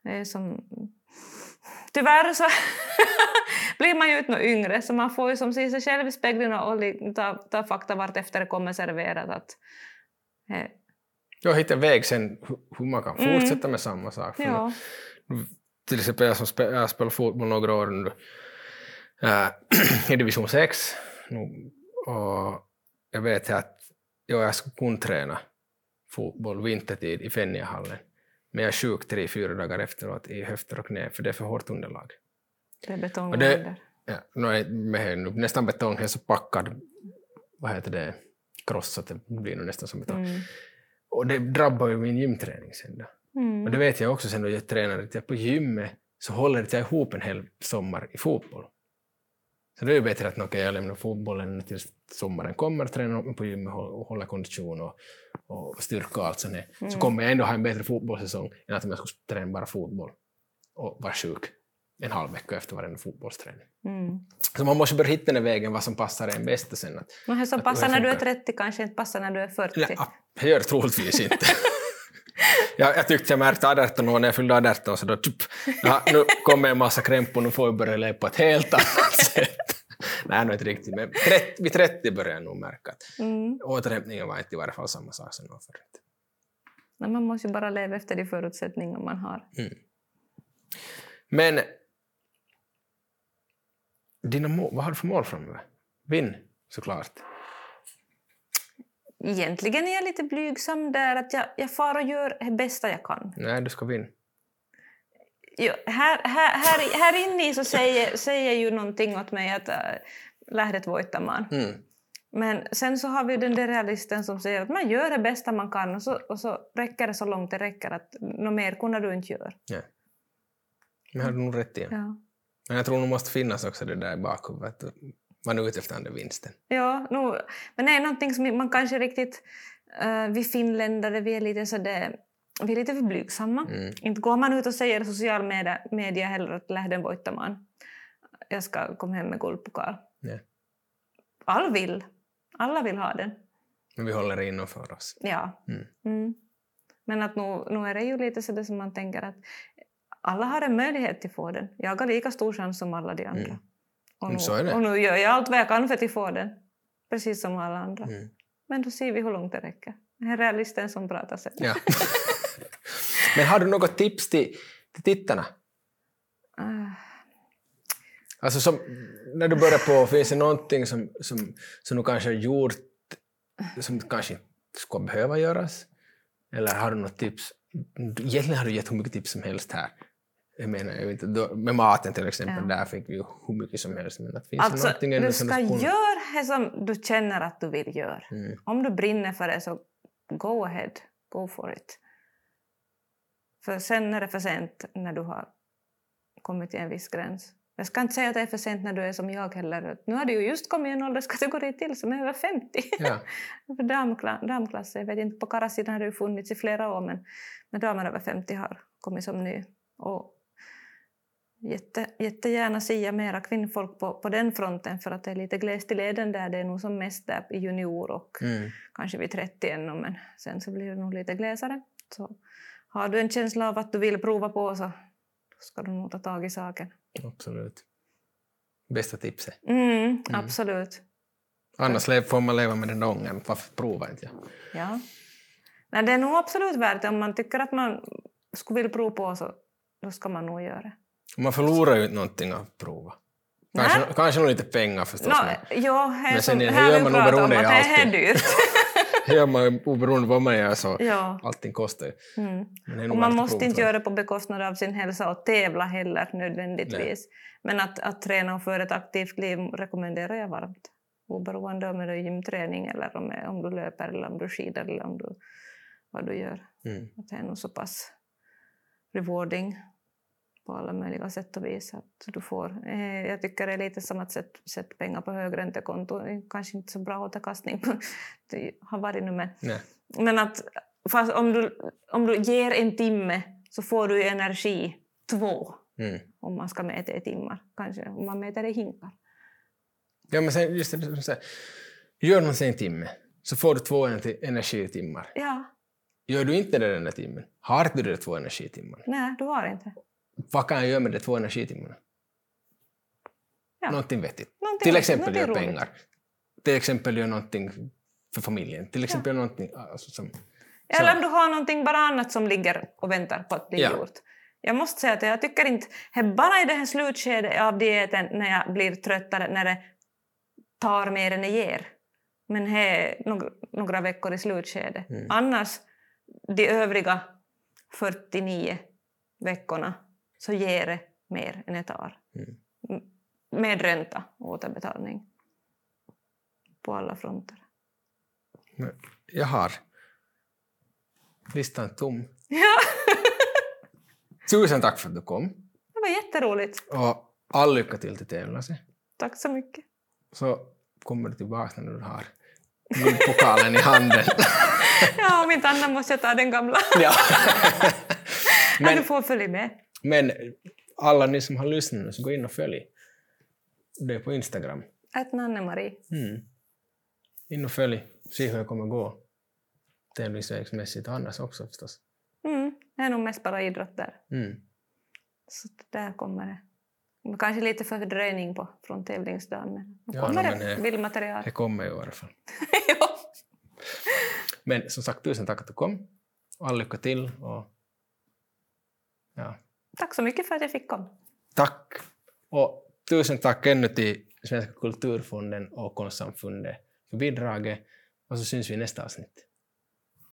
tyvärr så blir man ju inte något yngre, så man får ju som se sig själv i spegeln och ta fakta vart efter det kommer serverat. Att, jag hittar väg sen hur man kan fortsätta med samma sak. Ja. Till exempel jag spelar fotboll några år nu, i division 6 och jag vet att jag ska kunna träna fotboll vintertid i Fenniahallen, men jag är sjuk 3-4 dagar efteråt i höfter och knä för det är för hårt underlag. Det är betong under. Ja, nu nästan betong är så packad, vad heter det, krossat, det blir nog nästan som betong. Och det drabbar ju min gymträning sen då. Och det vet jag också sen då jag tränar, att jag på gymmet så håller jag ihop en hel sommar i fotboll. Så det är ju bättre att jag lämnar fotbollen tills sommaren kommer, tränar upp mig på gymmet och håller kondition och styrka och allt sånt. Så kommer jag ändå ha en bättre fotbollssäsong än att jag skulle träna bara fotboll och vara sjuk en halv vecka efter varje fotbollsträning. Så man måste börja hitta den vägen vad som passar en bäst sen. Det som passar när du är 30 kanske inte passar när du är 40. Ja, det gör troligtvis inte. Jag tyckte jag märkte 18 år när jag fyllde 18 så då nu kommer en massa krämpor, nu får jag börja leva på ett helt annat sätt. Nej, inte riktigt, men vid 30 börjar jag nog märka att återhämtningen var inte i varje fall samma sak som var förut. Nej, man måste ju bara leva efter de förutsättningar man har. Men vad har du för mål framöver? Vinn, såklart. Egentligen är jag lite blygsam där att jag far och gör det bästa jag kan. Nej, du ska vinna. Jo, här inne så säger ju någonting åt mig att lähdet voittamaan. Men sen så har vi den där realisten som säger att man gör det bästa man kan och så räcker det så långt det räcker att något mer kunna du inte göra. Ja. Men har du nog rätt igen. Ja. Men jag tror nog måste finnas också det där i bakhuvudet. Man är ute efter den vinsten. Ja, men det är någonting som man kanske riktigt... vi finländare, vi är lite för blygsamma. Inte går man ut och säger i social media heller att lähden voittamaan. Jag ska komma hem med guldpokal. Ja. Alla vill ha den. Men vi håller det innanför oss. Ja. Men att nu är det ju lite så det som man tänker att alla har en möjlighet till att få den. Jag har lika stor chans som alla de andra. Och nu gör jag allt vad jag kan för att få den. Precis som alla andra. Men då ser vi hur långt det räcker. Det är realisten som pratar sen. Ja. Men har du något tips till tittarna? Alltså som, när du börjar på, finns det någonting som du kanske har gjort som kanske inte skulle behöva göras? Eller har du något tips? Egentligen har du gett hur mycket tips som helst här. Jag menar, jag vet inte, med maten till exempel, där fick vi ju hur mycket som helst. Men att finns alltså, det du ska göra det som du känner att du vill göra. Om du brinner för det så go ahead, go for it. För sen är det för sent när du har kommit till en viss gräns. Jag ska inte säga att det är för sent när du är som jag heller. Nu har du ju just kommit i en ålderskategori till som är över 50. Ja. För damklasser, jag vet inte, på karasidan har det ju funnits i flera år, men damer över 50 har kommit som ny. Och jättegärna säga mera kvinnfolk på den fronten, för att det är lite glest i leden där. Det är nog som mest där i junior och kanske vid 30 ännu, men sen så blir det nog lite glesare. Så har du en känsla av att du vill prova på så ska du nog ta tag i saken. Absolut. Bästa tipset. Absolut. Annars får man leva med den ången. Varför provar inte jag? Ja. Nej, det är nog absolut värt det. Om man tycker att man skulle vilja prova på så då ska man nog göra det. Man förlorar ju inte någonting att prova. Kanske nog lite pengar förstås. Men sen gör man oberoende av allting. Det är dyrt. Gör man oberoende vad man gör så allting kostar. Och man måste inte göra det på bekostnad av sin hälsa och tävla heller nödvändigtvis. Nej. Men att träna och föra ett aktivt liv rekommenderar jag varmt. Oberoende om det är gymträning eller om du löper eller om du skidar eller vad du gör. Att det är nog så pass rewarding på alla möjliga sätt och vis att du får. Jag tycker det är lite som att sätta pengar på högräntekonto. Kanske inte så bra återkastning. Det har varit nu men att fast om du ger en timme så får du energi 2 om man ska mäta i timmar. Kanske om man mäter i hinkar. Ja, men sen just det, gör man sen en timme så får du 2 energitimmar. Ja. Gör du inte det den där timmen? Har du de 2 energitimmarna? Nej, du har inte. Vad kan jag göra med de 2 energitimmarna? Ja. Någonting vettigt. Till exempel göra pengar. Till exempel göra någonting för familjen. Till exempel göra någonting som... Eller om du har någonting bara annat som ligger och väntar på att bli gjort. Jag måste säga att jag tycker inte... Bara i det här slutskedet av dieten när jag blir tröttare, när det tar mer än det ger. Men det är några veckor i slutskedet. Annars, de övriga 49 veckorna så ger det mer än det tar. med ränta återbetalning på alla fronter. Jag har listan tom. Ja. Tusen tack för att du kom. Det var jätteroligt. Och all lycka till tävlingen. Tack så mycket. Så kommer du tillbaka när du har guldpokalen i handen. Ja, om inte annat måste jag ta den gamla. Ja. Men du får följa med. Men alla ni som har lyssnat nu, så gå in och följ. Det är på Instagram. @Nanne-Marie. In och följ. Se hur det kommer gå. Tävlingsvägsmässigt och annars också förstås. Det är nog mest bara idrott där. Så där kommer det. Kanske lite fördröjning från tävlingsdagen. Men kommer det bildmaterial. Det kommer ju i alla fall. Ja. Men som sagt, tusen tack att du kom. All lycka till. Och, ja. Tack så mycket för att jag fick komma. Tack. Och tusen tack ännu till Svenska kulturfonden och Konstsamfundet för bidraget. Och så syns vi i nästa avsnitt.